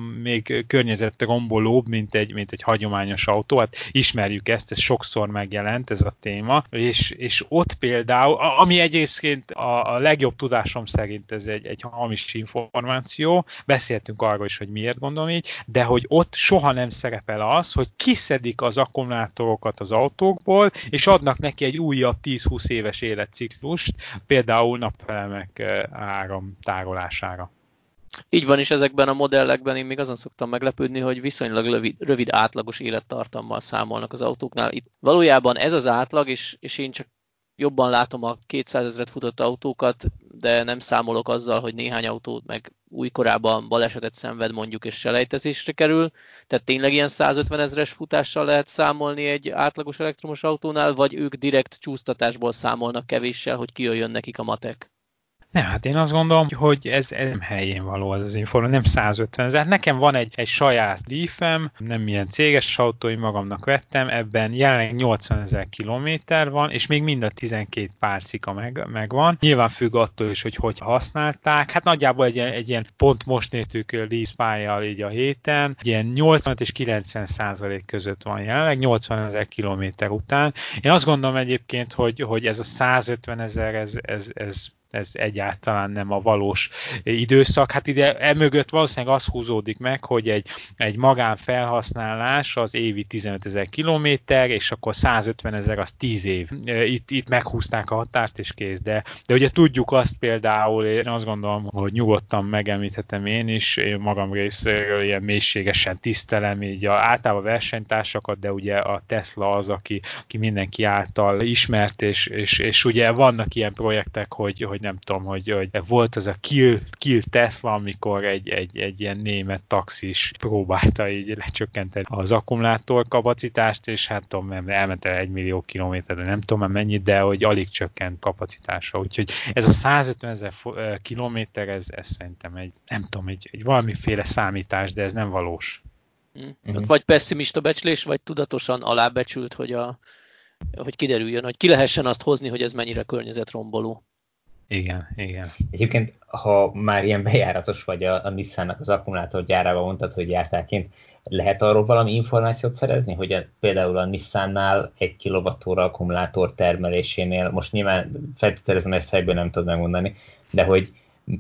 még környezetre rombolóbb, mint egy, mint egy hagyományos autó. Hát ismerjük ezt, ez sokszor megjelent ez a téma, és, és ott például, ami egyébként a, a legjobb tudásom szerint ez egy, egy hamis információ, beszéltünk arról is, hogy miért gondolom így, de hogy ott soha nem szerepel az, hogy kiszedik az akkumulátorokat az autókból, és adnak neki egy újabb tíz-húsz éves életciklust, például napelemek áramtárolására. Így van is ezekben a modellekben, én még azon szoktam meglepődni, hogy viszonylag rövid, rövid átlagos élettartammal számolnak az autóknál. Itt valójában ez az átlag, és, és én csak jobban látom a kétszázezret futott autókat, de nem számolok azzal, hogy néhány autó meg újkorában balesetet szenved mondjuk, és selejtezésre kerül. Tehát tényleg ilyen százötvenezres futással lehet számolni egy átlagos elektromos autónál, vagy ők direkt csúsztatásból számolnak kevéssel, hogy kijöjjön nekik a matek? Nem, hát én azt gondolom, hogy ez, ez nem helyén való az az információ, nem százötven ezer. Nekem van egy, egy saját Leafem, nem ilyen céges autó, én magamnak vettem, ebben jelenleg nyolcvanezer kilométer van, és még mind a tizenkét pálcika meg, megvan. Nyilván függ attól is, hogy hogy használták. Hát nagyjából egy, egy ilyen pont most néztük Leaf pályával így a héten, egy ilyen nyolcvan és kilencven százalék között van jelenleg, nyolcvanezer kilométer után. Én azt gondolom egyébként, hogy, hogy ez a százötvenezer, ez, ez, ez ez egyáltalán nem a valós időszak. Hát ide emögött valószínűleg az húzódik meg, hogy egy, egy magánfelhasználás az évi tizenötezer kilométer, és akkor százötvenezer az tíz év. Itt, itt meghúzták a határt, és kész. De, de ugye tudjuk azt például, én azt gondolom, hogy nyugodtan megemlíthetem én is, én magam részéről ilyen mélységesen tisztelem így a, általában versenytársakat, de ugye a Tesla az, aki, aki mindenki által ismert, és, és, és ugye vannak ilyen projektek, hogy, hogy nem tudom, hogy, hogy volt az a Kill, Kill Tesla, amikor egy, egy, egy ilyen német taxis próbálta így lecsökkenteni az akkumulátor kapacitást, és hát tudom, elment el egy millió kilométerre, nem tudom mennyit, de hogy alig csökkent kapacitása. Úgyhogy ez a százötvenezer kilométer, ez, ez szerintem egy, nem tudom, egy, egy valamiféle számítás, de ez nem valós. Mm. Vagy pessimista becslés, vagy tudatosan alábecsült, hogy, a, hogy kiderüljön, hogy ki lehessen azt hozni, hogy ez mennyire környezetromboló. Igen, igen. Egyébként, ha már ilyen bejáratos vagy a, a Nissannak az akkumulátor gyárában mondtad, hogy jártálként, lehet arról valami információt szerezni, hogy a, például a Nissannál egy kilovattóra akkumulátor termelésénél, most nyilván feltételezem, ezt fejből nem tudod megmondani, de hogy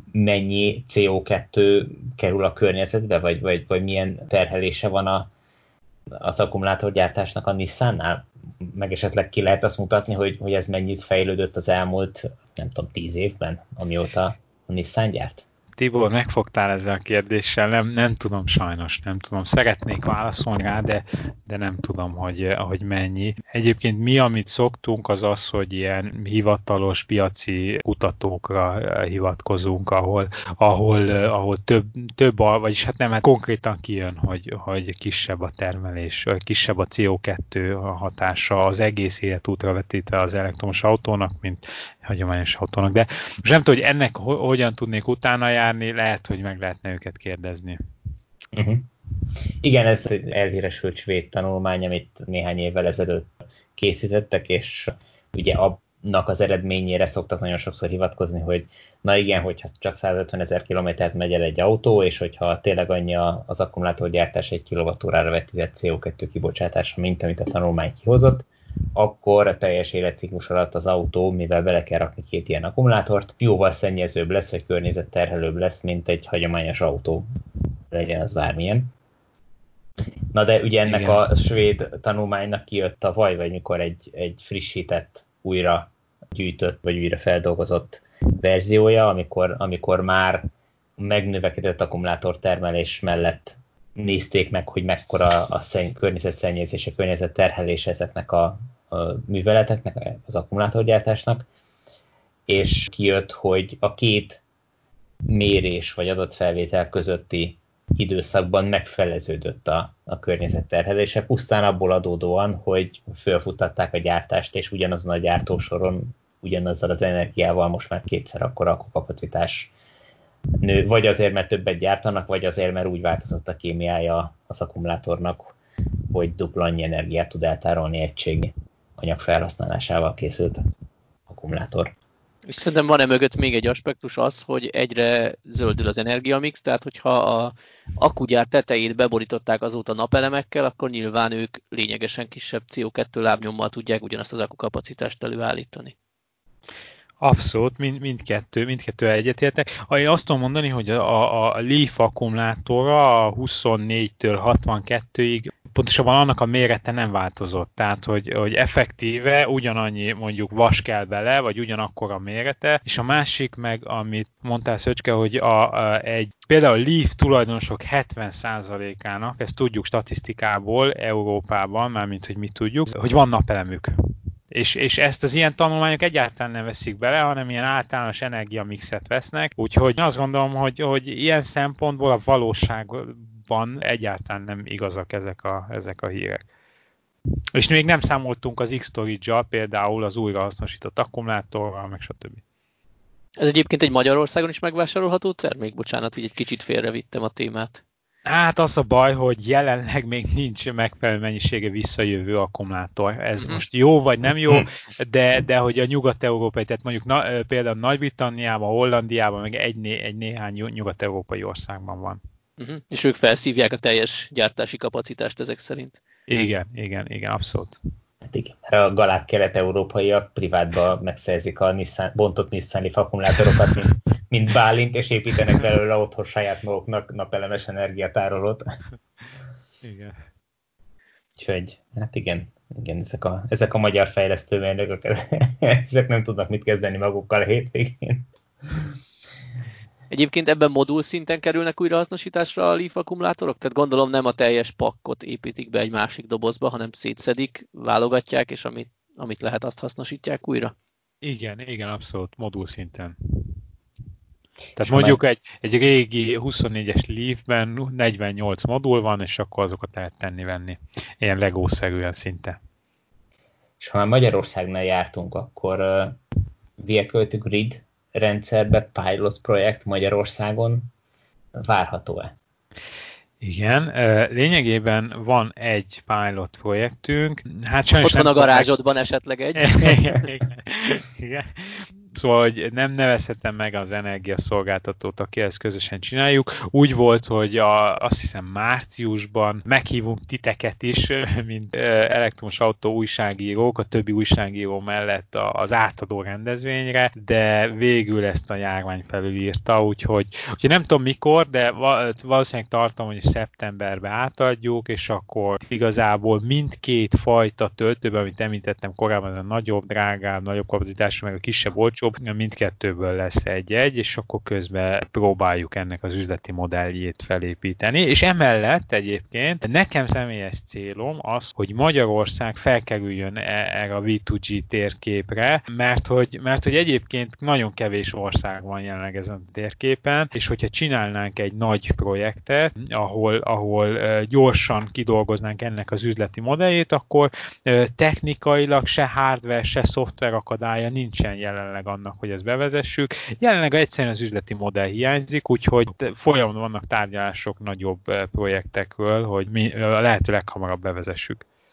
mennyi cé o kettő kerül a környezetbe, vagy, vagy, vagy milyen terhelése van a, az akkumulátorgyártásnak a Nissannál? Meg esetleg ki lehet azt mutatni, hogy, hogy ez mennyit fejlődött az elmúlt, nem tudom, tíz évben, amióta a Nissan gyárt? Tibor, megfogtál ezzel a kérdéssel, nem, nem tudom sajnos, nem tudom. Szeretnék válaszolni rá, de, de nem tudom, hogy, hogy mennyi. Egyébként mi, amit szoktunk, az az, hogy ilyen hivatalos piaci kutatókra hivatkozunk, ahol, ahol, ahol több, több, vagyis hát nem, hát konkrétan kijön, hogy, hogy kisebb a termelés, kisebb a cé o kettő hatása az egész életútra vetítve az elektromos autónak, mint hagyományos autónak. De most nem tudom, hogy ennek hogyan tudnék utána járni, lehet, hogy meg lehetne őket kérdezni. Uh-huh. Igen, ez egy elhíresült svéd tanulmány, amit néhány évvel ezelőtt készítettek, és ugye annak az eredményére szoktak nagyon sokszor hivatkozni, hogy na igen, hogyha csak százötvenezer kilométert megy el egy autó, és hogyha tényleg annyi az akkumulátorgyártás egy kilovattórára vetített cé o kettő kibocsátása, mint amit a tanulmány kihozott, akkor a teljes életciklus alatt az autó, mivel bele kell rakni két ilyen akkumulátort, jóval szennyezőbb lesz, vagy környezetterhelőbb lesz, mint egy hagyományos autó, legyen az bármilyen. Na de ugye ennek Igen. a svéd tanulmánynak kijött tavaly, vagy mikor egy, egy frissített, újra gyűjtött, vagy újra feldolgozott verziója, amikor, amikor már megnövekedett akkumulátortermelés mellett nézték meg, hogy mekkora a szenny, környezetszennyezés, a környezetterhelés ezeknek a, a műveleteknek, az akkumulátorgyártásnak, és kijött, hogy a két mérés vagy adatfelvétel közötti időszakban megfeleződött a, a környezetterhelése, pusztán abból adódóan, hogy felfuttatták a gyártást, és ugyanazon a gyártósoron, ugyanazzal az energiával most már kétszer akkora akkukapacitás nő, vagy azért, mert többet gyártanak, vagy azért, mert úgy változott a kémiája az akkumulátornak, hogy dupla annyi energiát tud eltárolni egységnyi anyag felhasználásával készült akkumulátor. És szerintem van-e mögött még egy aspektus az, hogy egyre zöldül az energiamix, tehát hogyha a akkugyár tetejét beborították azóta napelemekkel, akkor nyilván ők lényegesen kisebb cé o kettő lábnyommal tudják ugyanazt az akkukapacitást előállítani. Abszolút, mind, mindkettő, mindkettő egyetértek. Én azt tudom mondani, hogy a, a Leaf akkumulátora a huszonnégytől hatvankettőig pontosabban annak a mérete nem változott. Tehát, hogy, hogy effektíve ugyanannyi mondjuk vas kell bele, vagy ugyanakkor a mérete, és a másik meg, amit mondtál Szöcske, hogy a, a, egy például a Leaf tulajdonosok hetven százalékának, ezt tudjuk statisztikából Európában, mármint hogy mi tudjuk, hogy van napelemük. És, és ezt az ilyen tanulmányok egyáltalán nem veszik bele, hanem ilyen általános energiamixet vesznek. Úgyhogy azt gondolom, hogy, hogy ilyen szempontból a valóságban egyáltalán nem igazak ezek a, ezek a hírek. És még nem számoltunk az X-Storage-al, például az újrahasznosított akkumulátorral, meg stb. Ez egyébként egy Magyarországon is megvásárolható termék? Bocsánat, hogy egy kicsit félrevittem a témát. Hát az a baj, hogy jelenleg még nincs megfelelő mennyisége visszajövő akkumulátor. Ez uh-huh. most jó vagy nem jó, de, de hogy a nyugat-európai, tehát mondjuk na, például Nagy-Britanniában, Hollandiában, meg egy, né, egy néhány nyugat-európai országban van. Uh-huh. És ők felszívják a teljes gyártási kapacitást ezek szerint. Igen, igen, igen, abszolút. Hát igen, a galát kelet-európaiak privátba megszerzik a Nissan, bontott Nissan Leaf akkumulátorokat, mint, mint Bálint, és építenek belőle otthon saját maguknak napelemes energiatárolót. Igen. Úgyhogy, hát igen, igen ezek, a, ezek a magyar fejlesztőmérnökök, ezek nem tudnak mit kezdeni magukkal a hétvégén. Egyébként ebben modul szinten kerülnek újrahasznosításra a Leaf akkumulátorok? Tehát gondolom nem a teljes pakkot építik be egy másik dobozba, hanem szétszedik, válogatják, és amit, amit lehet, azt hasznosítják újra? Igen, igen, abszolút, modul szinten. Tehát mondjuk egy, egy régi huszonnégyes Leafben negyvennyolc modul van, és akkor azokat lehet tenni-venni. Ilyen legószerűen szinte. És ha már Magyarországnál jártunk, akkor uh, Vehicle to Grid rendszerbe pilot projekt Magyarországon várható-e? Igen, lényegében van egy pilot projektünk. Hát sajnos ott van a garázsodban meg... esetleg egy. igen, igen, igen. Szóval, hogy nem nevezhetem meg az energiaszolgáltatót, aki ezt közösen csináljuk. Úgy volt, hogy a, azt hiszem márciusban meghívunk titeket is, mint elektromos autó újságírók, a többi újságíró mellett az átadó rendezvényre, de végül ezt a járvány felülírta, úgyhogy, úgyhogy nem tudom mikor, de valószínűleg tartom, hogy szeptemberben átadjuk, és akkor igazából mindkét fajta töltőben, amit említettem korábban, a nagyobb, drágább, nagyobb kapacitású, meg a kisebb, olcsóbb, mindkettőből lesz egy-egy, és akkor közben próbáljuk ennek az üzleti modelljét felépíteni. És emellett egyébként nekem személyes célom az, hogy Magyarország felkerüljön erre a vé kettő gé térképre, mert hogy, mert hogy egyébként nagyon kevés ország van jelenleg ezen a térképen, és hogyha csinálnánk egy nagy projektet, ahol, ahol gyorsan kidolgoznánk ennek az üzleti modelljét, akkor technikailag se hardware, se szoftver akadálya nincsen jelenleg annak, hogy ezt bevezessük. Jelenleg egyszerűen az üzleti modell hiányzik, úgyhogy folyamatosan vannak tárgyalások nagyobb projektekről, hogy mi a lehető leghamarabb bevezessük.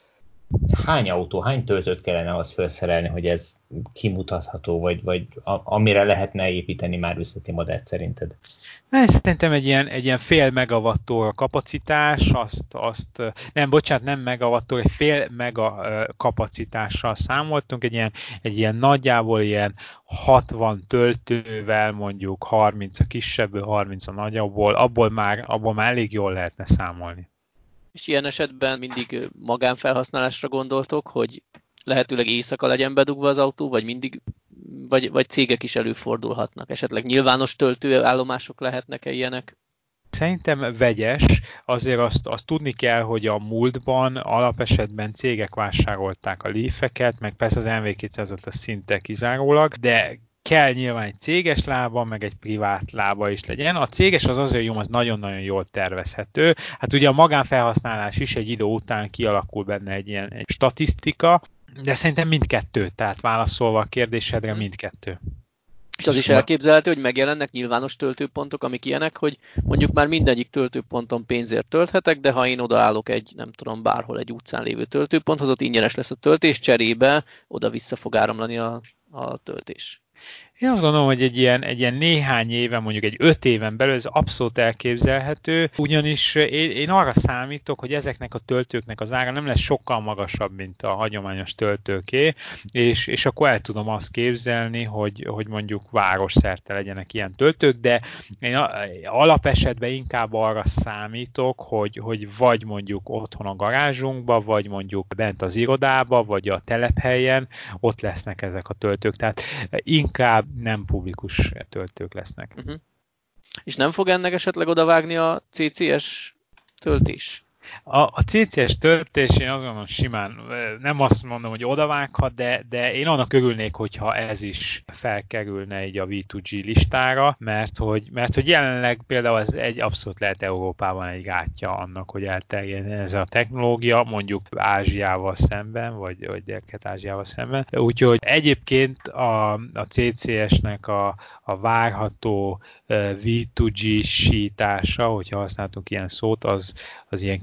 hány autó, hány töltőt kellene az felszerelni, hogy ez kimutatható, vagy, vagy a, amire lehetne építeni már üzleti modellt szerinted? Szerintem egy ilyen, egy ilyen fél megawattól kapacitás, azt, azt, nem, bocsánat, nem megawattól, egy fél mega kapacitással számoltunk, egy ilyen, egy ilyen nagyjából ilyen hatvan töltővel, mondjuk harminc a kisebből, harminc a nagyobbból, abból már, abból már elég jól lehetne számolni. És ilyen esetben mindig magánfelhasználásra gondoltok, hogy lehetőleg éjszaka legyen bedugva az autó, vagy mindig, vagy, vagy cégek is előfordulhatnak? Esetleg nyilvános töltőállomások lehetnek-e ilyenek? Szerintem vegyes, azért azt, azt tudni kell, hogy a múltban alapesetben cégek vásárolták a Leaf-eket, meg persze az em vé kétszázat a szinte kizárólag, de kell nyilván egy céges lába, meg egy privát lába is legyen. A céges az azért jó, az nagyon-nagyon jól tervezhető. Hát ugye a magánfelhasználás is egy idő után kialakul benne egy ilyen egy statisztika, de szerintem mindkettő, tehát válaszolva a kérdésedre mindkettő. És az is elképzelhető, hogy megjelennek nyilvános töltőpontok, amik ilyenek, hogy mondjuk már mindegyik töltőponton pénzért tölthetek, de ha én odaállok egy, nem tudom, bárhol egy utcán lévő töltőponthoz, ott ingyenes lesz a töltés, cserébe oda-vissza fog áramlani a, a töltés. Én azt gondolom, hogy egy ilyen, egy ilyen néhány éven, mondjuk egy öt éven belül ez abszolút elképzelhető, ugyanis én, én arra számítok, hogy ezeknek a töltőknek az ára nem lesz sokkal magasabb, mint a hagyományos töltőké, és, és akkor el tudom azt képzelni, hogy, hogy mondjuk városszerte legyenek ilyen töltők, de én alapesetben inkább arra számítok, hogy, hogy vagy mondjuk otthon a garázsunkba, vagy mondjuk bent az irodába, vagy a telephelyen, ott lesznek ezek a töltők. Tehát inkább nem publikus töltők lesznek. Uh-huh. És nem fog ennek esetleg odavágni a cé cé es töltés? A, a cé cé es töltés, én azt gondolom simán, nem azt mondom, hogy odavághat, de, de én annak örülnék, hogyha ez is felkerülne egy a vé kettő gé listára, mert hogy, mert hogy jelenleg például ez egy abszolút lehet Európában egy gátja annak, hogy elterjedjen ez a technológia, mondjuk Ázsiával szemben, vagy, vagy Dél-Kelet-Ázsiával szemben. Úgyhogy egyébként a, a cé cé esnek a, a várható vé kettő gé-sítása, hogyha használtunk ilyen szót, az, az ilyen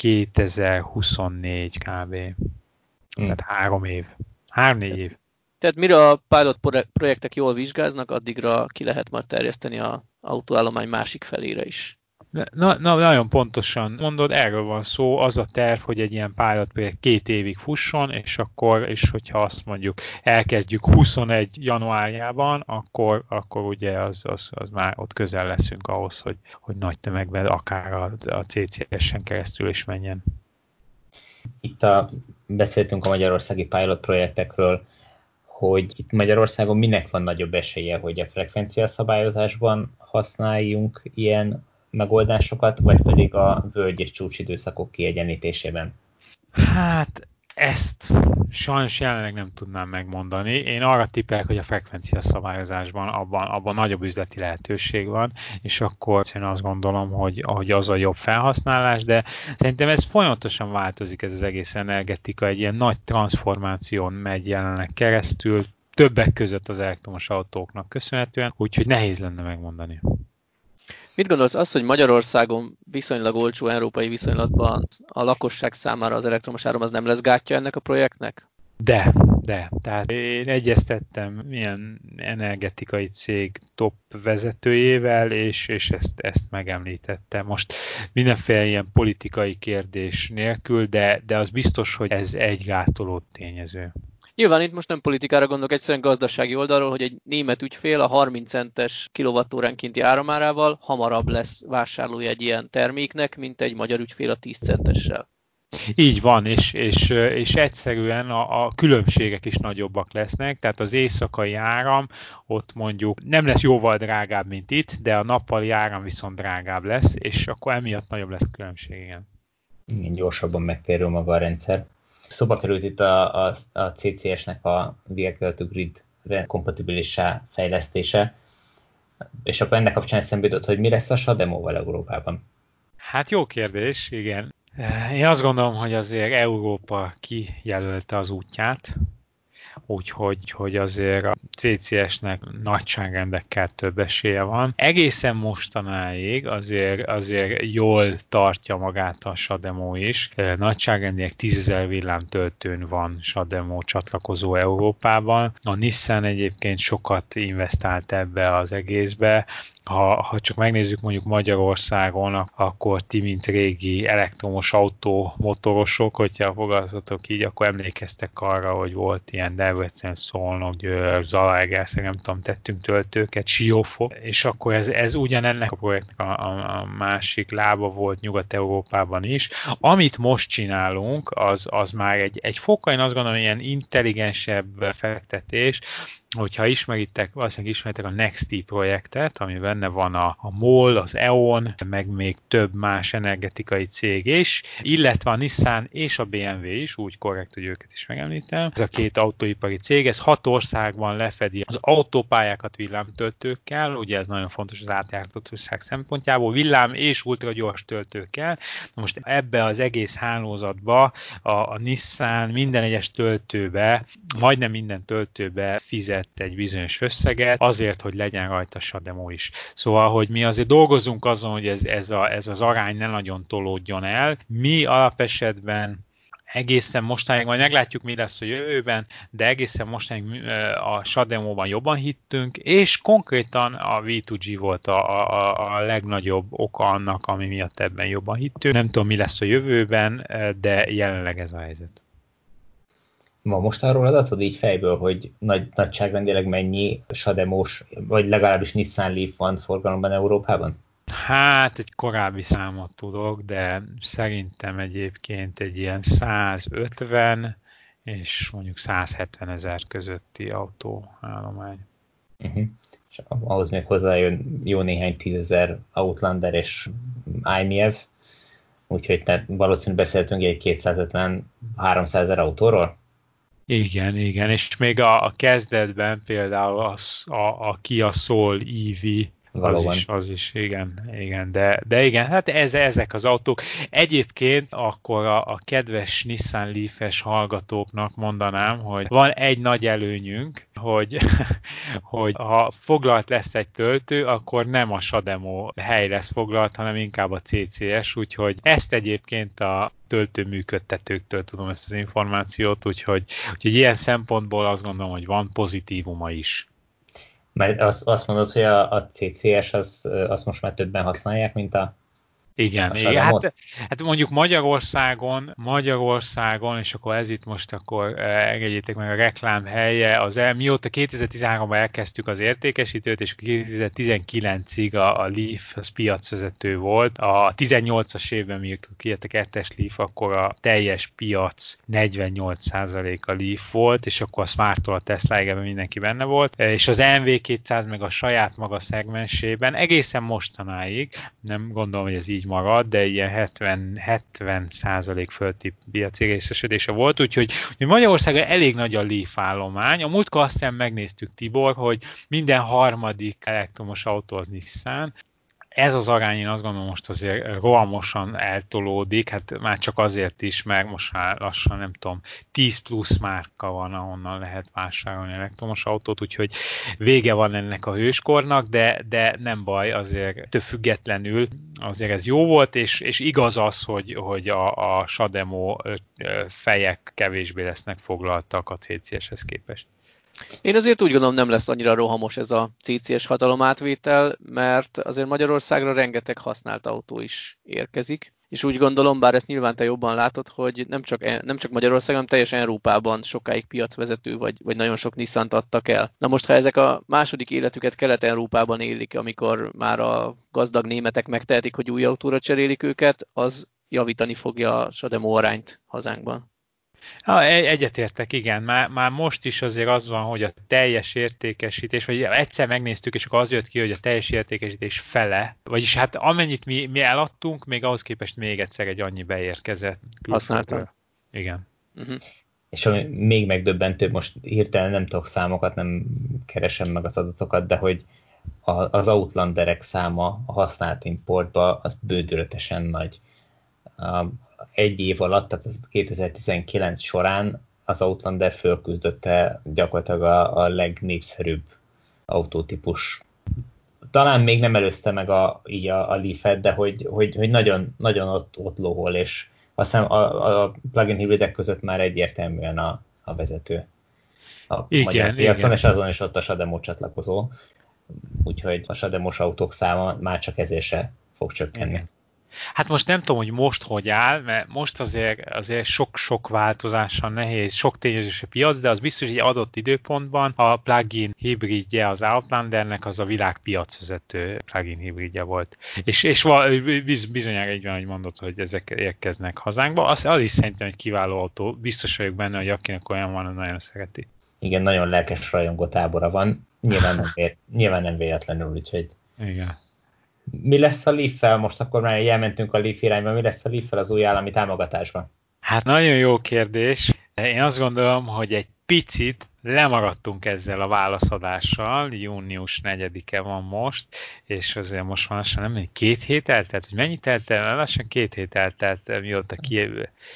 kétezer-huszonnégy kb. Hmm. Tehát három év. Három-négy év. Tehát mire a pilot projektek jól vizsgáznak, addigra ki lehet majd terjeszteni az autóállomány másik felére is. Na, na, nagyon pontosan mondod, erről van szó, az a terv, hogy egy ilyen pilot projekt két évig fusson, és akkor, és hogyha azt mondjuk elkezdjük huszonegy januárjában, akkor, akkor ugye az, az, az már ott közel leszünk ahhoz, hogy, hogy nagy tömegben akár a, a cé cé esen keresztül is menjen. Itt a, beszéltünk a magyarországi pilot projektekről, hogy itt Magyarországon minek van nagyobb esélye, hogy a frekvencia szabályozásban használjunk ilyen megoldásokat, vagy pedig a völgy és csúcsidőszakok kiegyenlítésében? Hát ezt sajnos jelenleg nem tudnám megmondani. Én arra tippelek, hogy a frekvencia szabályozásban abban, abban nagyobb üzleti lehetőség van, és akkor én azt gondolom, hogy, hogy az a jobb felhasználás, de szerintem ez folyamatosan változik, ez az egész energetika, egy ilyen nagy transformáción megy jelenleg keresztül, többek között az elektromos autóknak köszönhetően, úgyhogy nehéz lenne megmondani. Mit gondolsz, az, hogy Magyarországon viszonylag olcsó európai viszonylatban a lakosság számára az elektromos áram, az nem lesz gátja ennek a projektnek? De, de. Tehát én egyeztettem milyen energetikai cég top vezetőjével, és, és ezt, ezt megemlítette. Most mindenféle ilyen politikai kérdés nélkül, de, de az biztos, hogy ez egy gátoló tényező. Nyilván itt most nem politikára gondolok, egyszerűen gazdasági oldalról, hogy egy német ügyfél a harminc centes kilowattóránkénti áramárával hamarabb lesz vásárlója egy ilyen terméknek, mint egy magyar ügyfél a tíz centessel. Így van, és, és, és egyszerűen a, a különbségek is nagyobbak lesznek, tehát az éjszakai áram ott mondjuk nem lesz jóval drágább, mint itt, de a nappali áram viszont drágább lesz, és akkor emiatt nagyobb lesz különbség, igen. Igen, gyorsabban megtérül maga a rendszer. Szóba került itt a, a, a cé cé esnek a Vehicle to Grid-re kompatibilissá fejlesztése, és akkor ennek kapcsán eszembe jutott, hogy mi lesz a SADEMO-val Európában? Hát jó kérdés, igen. Én azt gondolom, hogy azért Európa kijelölte az útját. úgyhogy hogy azért a cé cé es-nek nagyságrendekkel több esélye van. Egészen mostanáig azért, azért jól tartja magát a Shademo is. Nagyságrendileg tízezer villámtöltőn van Shademo csatlakozó Európában. A Nissan egyébként sokat investált ebbe az egészbe. Ha, ha csak megnézzük mondjuk Magyarországon, akkor ti, mint régi elektromos autó motorosok, hogyha fogalmazatok így, akkor emlékeztek arra, hogy volt ilyen Debrecen, Szolnok, Győr, Zalaegerszeg, nem tudom, tettünk töltőket, Siófok, és akkor ez, ez ugyanennek a projektnek a, a, a másik lába volt Nyugat-Európában is. Amit most csinálunk, az, az már egy, egy fokkal, én azt gondolom, ilyen intelligensebb fektetés, hogyha ismeritek, valószínűleg ismeritek a Nexty projektet, ami benne van a, a MOL, az é o en, meg még több más energetikai cég is, illetve a Nissan és a bé em vé is, úgy korrekt, hogy őket is megemlítem. Ez a két autóipari cég, ez hat országban lefedi az autópályákat villámtöltőkkel, ugye ez nagyon fontos az átjárhatóság szempontjából, villám és ultragyors töltőkkel. Na most ebbe az egész hálózatba a, a Nissan minden egyes töltőbe, majdnem minden töltőbe fizet egy bizonyos összeget, azért, hogy legyen rajta Shademo is. Szóval, hogy mi azért dolgozunk azon, hogy ez, ez, a, ez az arány ne nagyon tolódjon el. Mi alapesetben egészen mostanáig, majd meglátjuk, mi lesz a jövőben, de egészen mostanáig a Shademo-ban jobban hittünk, és konkrétan a vé kettő gé volt a, a, a legnagyobb oka annak, ami miatt ebben jobban hittünk. Nem tudom, mi lesz a jövőben, de jelenleg ez a helyzet. Ma most arról adatod így fejből, hogy nagy, nagyságrendileg mennyi Shademo-s, vagy legalábbis Nissan Leaf van forgalomban Európában? Hát egy korábbi számot tudok, de szerintem egyébként egy ilyen százötven és mondjuk százhetven ezer közötti autóállomány. Uh-huh. És ahhoz még hozzájön jó néhány tízezer Outlander és i em i ef, úgyhogy tehát valószínűleg beszéltünk egy kétszázötven-háromszázezer autóról? Igen, igen, és még a, a kezdetben például az, a, a Kia Soul í vé, az is, az is, igen, igen, de, de igen, hát ez, ezek az autók. Egyébként akkor a, a kedves Nissan Leaf-es hallgatóknak mondanám, hogy van egy nagy előnyünk, hogy, hogy ha foglalt lesz egy töltő, akkor nem a Shademo hely lesz foglalt, hanem inkább a cé cé es, úgyhogy ezt egyébként a töltőműködtetőktől tudom ezt az információt, úgyhogy, úgyhogy ilyen szempontból azt gondolom, hogy van pozitívuma is. Mert azt, azt mondod, hogy a, a cé cé es az, azt most már többen használják, mint a Igen, igen. Hát, hát mondjuk Magyarországon, Magyarországon, és akkor ez itt most akkor engedjétek meg a reklám helye, az el, mióta kétezer-tizenháromban elkezdtük az értékesítőt, és kétezer-tizenkilencig a, a Leaf az piacvezető volt. A tizennyolcas évben, mikor kijött a kettes Leaf, akkor a teljes piac negyvennyolc százalék a Leaf volt, és akkor a Smart-tól a Tesla-ig ebben mindenki benne volt, és az em vé kétszáz meg a saját maga szegmensében egészen mostanáig, nem gondolom, hogy ez így marad, de ilyen hetven százalék fölti piaci részesedése volt, úgyhogy Magyarországon elég nagy a Leaf állomány. A múltkor azt hiszem megnéztük, Tibor, hogy minden harmadik elektromos autó az Nissan. Ez az arány, én azt gondolom, most azért rohamosan eltolódik, hát már csak azért is, mert most már lassan, nem tudom, tíz plusz márka van, ahonnan lehet vásárolni elektromos autót, úgyhogy vége van ennek a hőskornak, de, de nem baj, azért több függetlenül azért ez jó volt, és, és igaz az, hogy, hogy a, a Shademo fejek kevésbé lesznek foglaltak a cé cé eshez képest. Én azért úgy gondolom, nem lesz annyira rohamos ez a cé cé es hatalomátvétel, mert azért Magyarországra rengeteg használt autó is érkezik, és úgy gondolom, bár ezt nyilván te jobban látod, hogy nem csak, nem csak Magyarországon, hanem teljesen Európában sokáig piacvezető, vagy, vagy nagyon sok Nissant adtak el. Na most, ha ezek a második életüket Kelet-Európában élik, amikor már a gazdag németek megtehetik, hogy új autóra cserélik őket, az javítani fogja a Shademo arányt hazánkban. Ha, egyetértek, igen. Már, már most is azért az van, hogy a teljes értékesítés, vagy egyszer megnéztük, és akkor az jött ki, hogy a teljes értékesítés fele, vagyis hát amennyit mi, mi eladtunk, még ahhoz képest még egyszer egy annyi beérkezett. Használtam. Igen. Uh-huh. És ami még megdöbbentőbb, most hirtelen nem tudok számokat, nem keresem meg az adatokat, de hogy a, az Outlanderek száma a használt importban az bődületesen nagy. Egy év alatt, tehát kétezer-tizenkilenc során az Outlander fölküzdötte gyakorlatilag a, a legnépszerűbb autótípus. Talán még nem előzte meg a, így a, a Leaf-et, de hogy, hogy, hogy nagyon, nagyon ott, ott lóhol, és azt hiszem a, a plug-in hibridek között már egyértelműen a, a vezető a igen, magyar piacon, igen. és azon is ott a Shademo csatlakozó. Úgyhogy a Shademos autók száma már csak ezért se fog csökkenni. Igen. Hát most nem tudom, hogy most hogy áll, mert most azért, azért sok-sok változással nehéz, sok tényezős a piac, de az biztos, hogy egy adott időpontban a plug-in hibridje az Outlandernek az a világ piacvezető plug-in hibridje volt. És, és bizonyára így van, hogy mondod, hogy ezek érkeznek hazánkba. Az, az is szerintem egy kiváló autó. Biztos vagyok benne, hogy akinek olyan van, nagyon szereti. Igen, nagyon lelkes rajongó tábora van. Nyilván nem, vélet, nyilván nem véletlenül, úgyhogy... Igen. Mi lesz a Leaf-fel? Most akkor már elmentünk a Leaf irányba. Mi lesz a Leaf-fel az új állami támogatásban? Hát nagyon jó kérdés. Én azt gondolom, hogy egy picit lemaradtunk ezzel a válaszadással. Június negyedike van most, és azért most van lassan nem két hét eltelt, hogy mennyit eltelt? Lassan két hét eltelt, mióta ki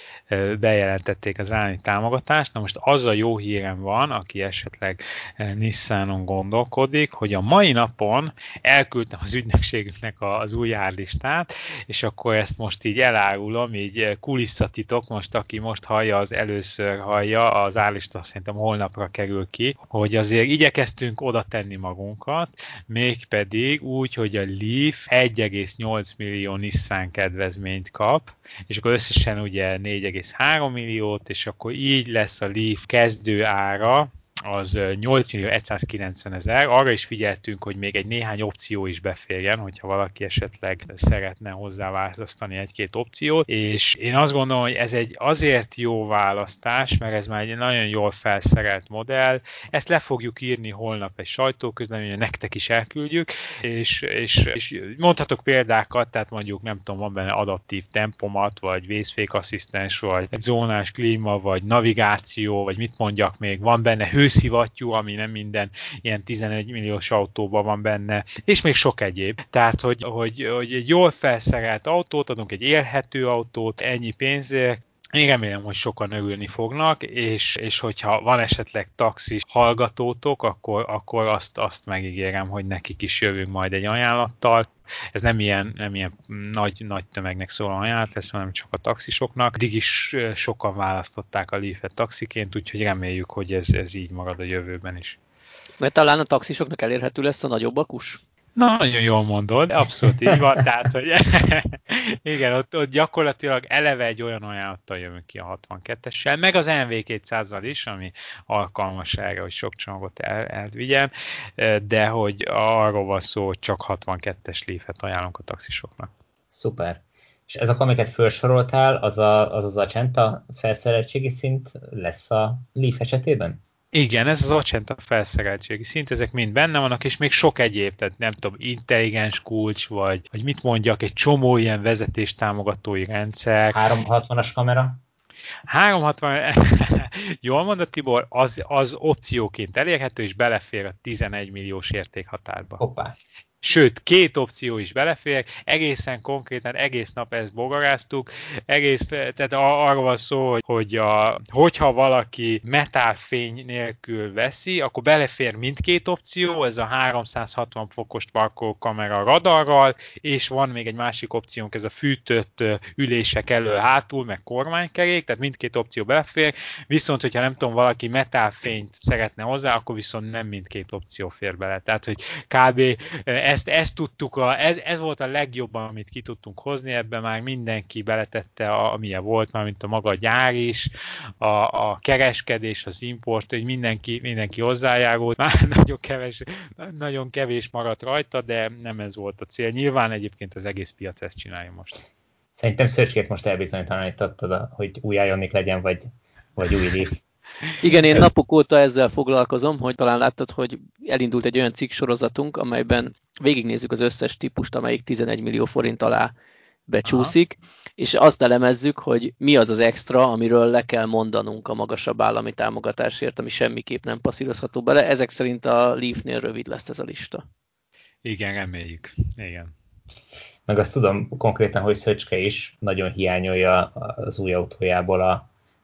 bejelentették az állami támogatást. Na most az a jó hírem van, aki esetleg Nissanon gondolkodik, hogy a mai napon elküldtem az ügynökségünknek az új árlistát, és akkor ezt most így elárulom, így kulisszatitok, most aki most hallja, az először hallja, az árlista szerintem holnapra kerül ki, hogy azért igyekeztünk oda tenni magunkat, mégpedig úgy, hogy a Leaf egy egész nyolc millió Nissan kedvezményt kap, és akkor összesen ugye négy egész három milliót, és akkor így lesz a Leaf kezdő ára, az nyolc millió százkilencven ezer. Arra is figyeltünk, hogy még egy néhány opció is beférjen, hogyha valaki esetleg szeretne hozzá választani egy-két opciót, és én azt gondolom, hogy ez egy azért jó választás, mert ez már egy nagyon jól felszerelt modell. Ezt le fogjuk írni holnap egy sajtóközleményen, nektek is elküldjük, és, és, és mondhatok példákat, tehát mondjuk nem tudom, van benne adaptív tempomat, vagy vészfékasszisztens, vagy egy zónás klíma, vagy navigáció, vagy mit mondjak még, van benne hőszivattyú, ami nem minden ilyen tizenegy milliós autóban van benne, és még sok egyéb. Tehát, hogy, hogy, hogy egy jól felszerelt autót adunk, egy élhető autót, ennyi pénzért. Én remélem, hogy sokan örülni fognak, és, és hogyha van esetleg taxis hallgatótok, akkor, akkor azt, azt megígérem, hogy nekik is jövünk majd egy ajánlattal. Ez nem ilyen, nem ilyen nagy, nagy tömegnek szóló ajánlat lesz, hanem csak a taxisoknak. Eddig is sokan választották a Leaf-et taxiként, úgyhogy reméljük, hogy ez, ez így marad a jövőben is. Mert talán a taxisoknak elérhető lesz a nagyobb akus? Na, nagyon jól mondod, abszolút így van, tehát, hogy igen, ott, ott gyakorlatilag eleve egy olyan ajánlattal jövünk ki a hatvankettessel, meg az em vé kétszázzal is, ami alkalmas erre, hogy sok csomagot el, elvigyen, de hogy arról van szó, hogy csak hatvankettes Leaf-et ajánlunk a taxisoknak. Szuper. És ezek, amiket felsoroltál, az a, az, az Acenta felszereltségi szint lesz a Leaf esetében? Igen, ez az Acenta felszereltségi szint, ezek mind benne vannak, és még sok egyéb, tehát nem tudom, intelligens kulcs, vagy, vagy mit mondjak, egy csomó ilyen vezetéstámogatói rendszer. háromszázhatvanas kamera? háromszázhatvan, jól mondod Tibor, az, az opcióként elérhető, és belefér a tizenegy milliós értékhatárba. Hoppá. Sőt, két opció is belefér, egészen konkrétan egész nap ezt bogaráztuk, egész, tehát arról van szó, hogy, hogy a, hogyha valaki metálfény nélkül veszi, akkor belefér mindkét opció, ez a háromszázhatvan fokos parkolókamera radarral, és van még egy másik opciónk, ez a fűtött ülések elől-hátul, meg kormánykerék, tehát mindkét opció belefér, viszont hogyha nem tudom, valaki metálfényt szeretne hozzá, akkor viszont nem mindkét opció fér bele. Tehát, hogy kb. Ezt, ezt tudtuk, a, ez, ez volt a legjobb, amit ki tudtunk hozni, ebben már mindenki beletette, a, amilyen volt, már mint a maga gyár is, a, a kereskedés, az import, hogy mindenki, mindenki hozzájárult, már nagyon kevés, nagyon kevés maradt rajta, de nem ez volt a cél. Nyilván egyébként az egész piac ezt csinálja most. Szerintem Szöcskét most elbizonytalanítottad, hogy új Ioniq legyen, vagy, vagy új Leaf. Igen, én napok óta ezzel foglalkozom, hogy talán láttad, hogy elindult egy olyan cikk sorozatunk, amelyben végignézzük az összes típust, amelyik tizenegy millió forint alá becsúszik, aha, és azt elemezzük, hogy mi az az extra, amiről le kell mondanunk a magasabb állami támogatásért, ami semmiképp nem passzírozható bele. Ezek szerint a Leafnél rövid lesz ez a lista. Igen, reméljük. Igen. Meg azt tudom konkrétan, hogy Szöcske is nagyon hiányolja az új autójából a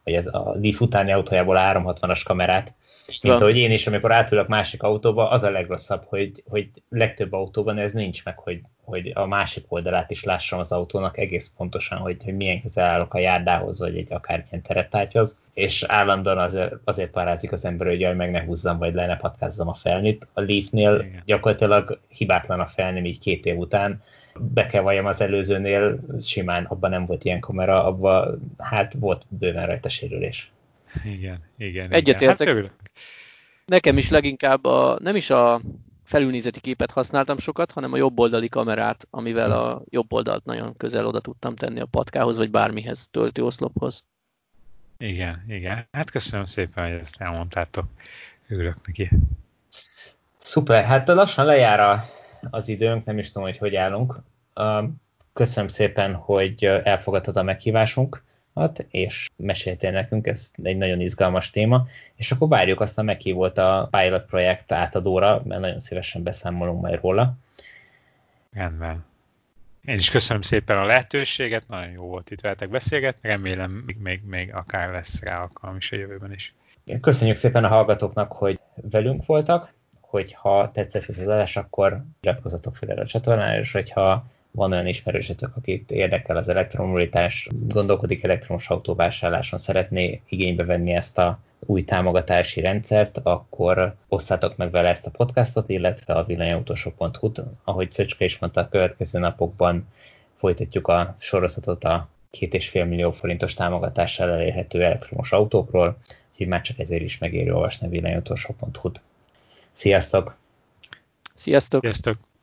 vagy ez a Leaf utáni autójából a háromszázhatvanas kamerát, mint Van. ahogy én is, amikor átülök másik autóba, az a legrosszabb, hogy, hogy legtöbb autóban ez nincs meg, hogy, hogy a másik oldalát is lássam az autónak egész pontosan, hogy, hogy milyen közel állok a járdához, vagy egy akármilyen terettárgyhoz, és állandóan azért, azért parázik az ember, hogy jaj, meg ne húzzam, vagy le ne patkázzam a felnit. A Leafnél igen, gyakorlatilag hibátlan a felnim így két év után. Be kell valljam, az előzőnél simán abban nem volt ilyen kamera, abban hát volt bőven rajta sérülés. Igen, igen. Egyetértek. Hát, nekem is leginkább a, nem is a felülnézeti képet használtam sokat, hanem a jobboldali kamerát, amivel a jobb oldalt nagyon közel oda tudtam tenni a patkához, vagy bármihez, töltőoszlophoz. Igen, igen. Hát köszönöm szépen, hogy ezt elmondtátok. Örülök neki. Szuper, hát lassan lejár a, az időnk, nem is tudom, hogy hogy állunk. Köszönöm szépen, hogy elfogadtad a meghívásunkat, és meséltél nekünk, ez egy nagyon izgalmas téma, és akkor várjuk azt a meghívót a Pilot projekt átadóra, mert nagyon szívesen beszámolunk majd róla. Rendben. Én is köszönöm szépen a lehetőséget, nagyon jó volt itt veletek beszélgetni, remélem még, még, még akár lesz rá alkalom is a jövőben is. Köszönjük szépen a hallgatóknak, hogy velünk voltak, hogyha tetszett ez az adás, akkor iratkozzatok fel erre a csatornára, és hogyha van olyan ismerősötök, akit érdekel az elektromobilitás, gondolkodik elektromos autóvásárláson, szeretné igénybe venni ezt a új támogatási rendszert, akkor osszátok meg vele ezt a podcastot, illetve a villanyautosok pont hu-t. Ahogy Szöcske is mondta, a következő napokban folytatjuk a sorozatot a két és fél millió forintos támogatással elérhető elektromos autókról, úgyhogy már csak ezért is megéri olvasni a villanyautosok pont hu-t. Sziasztok! Sziasztok! Sziasztok!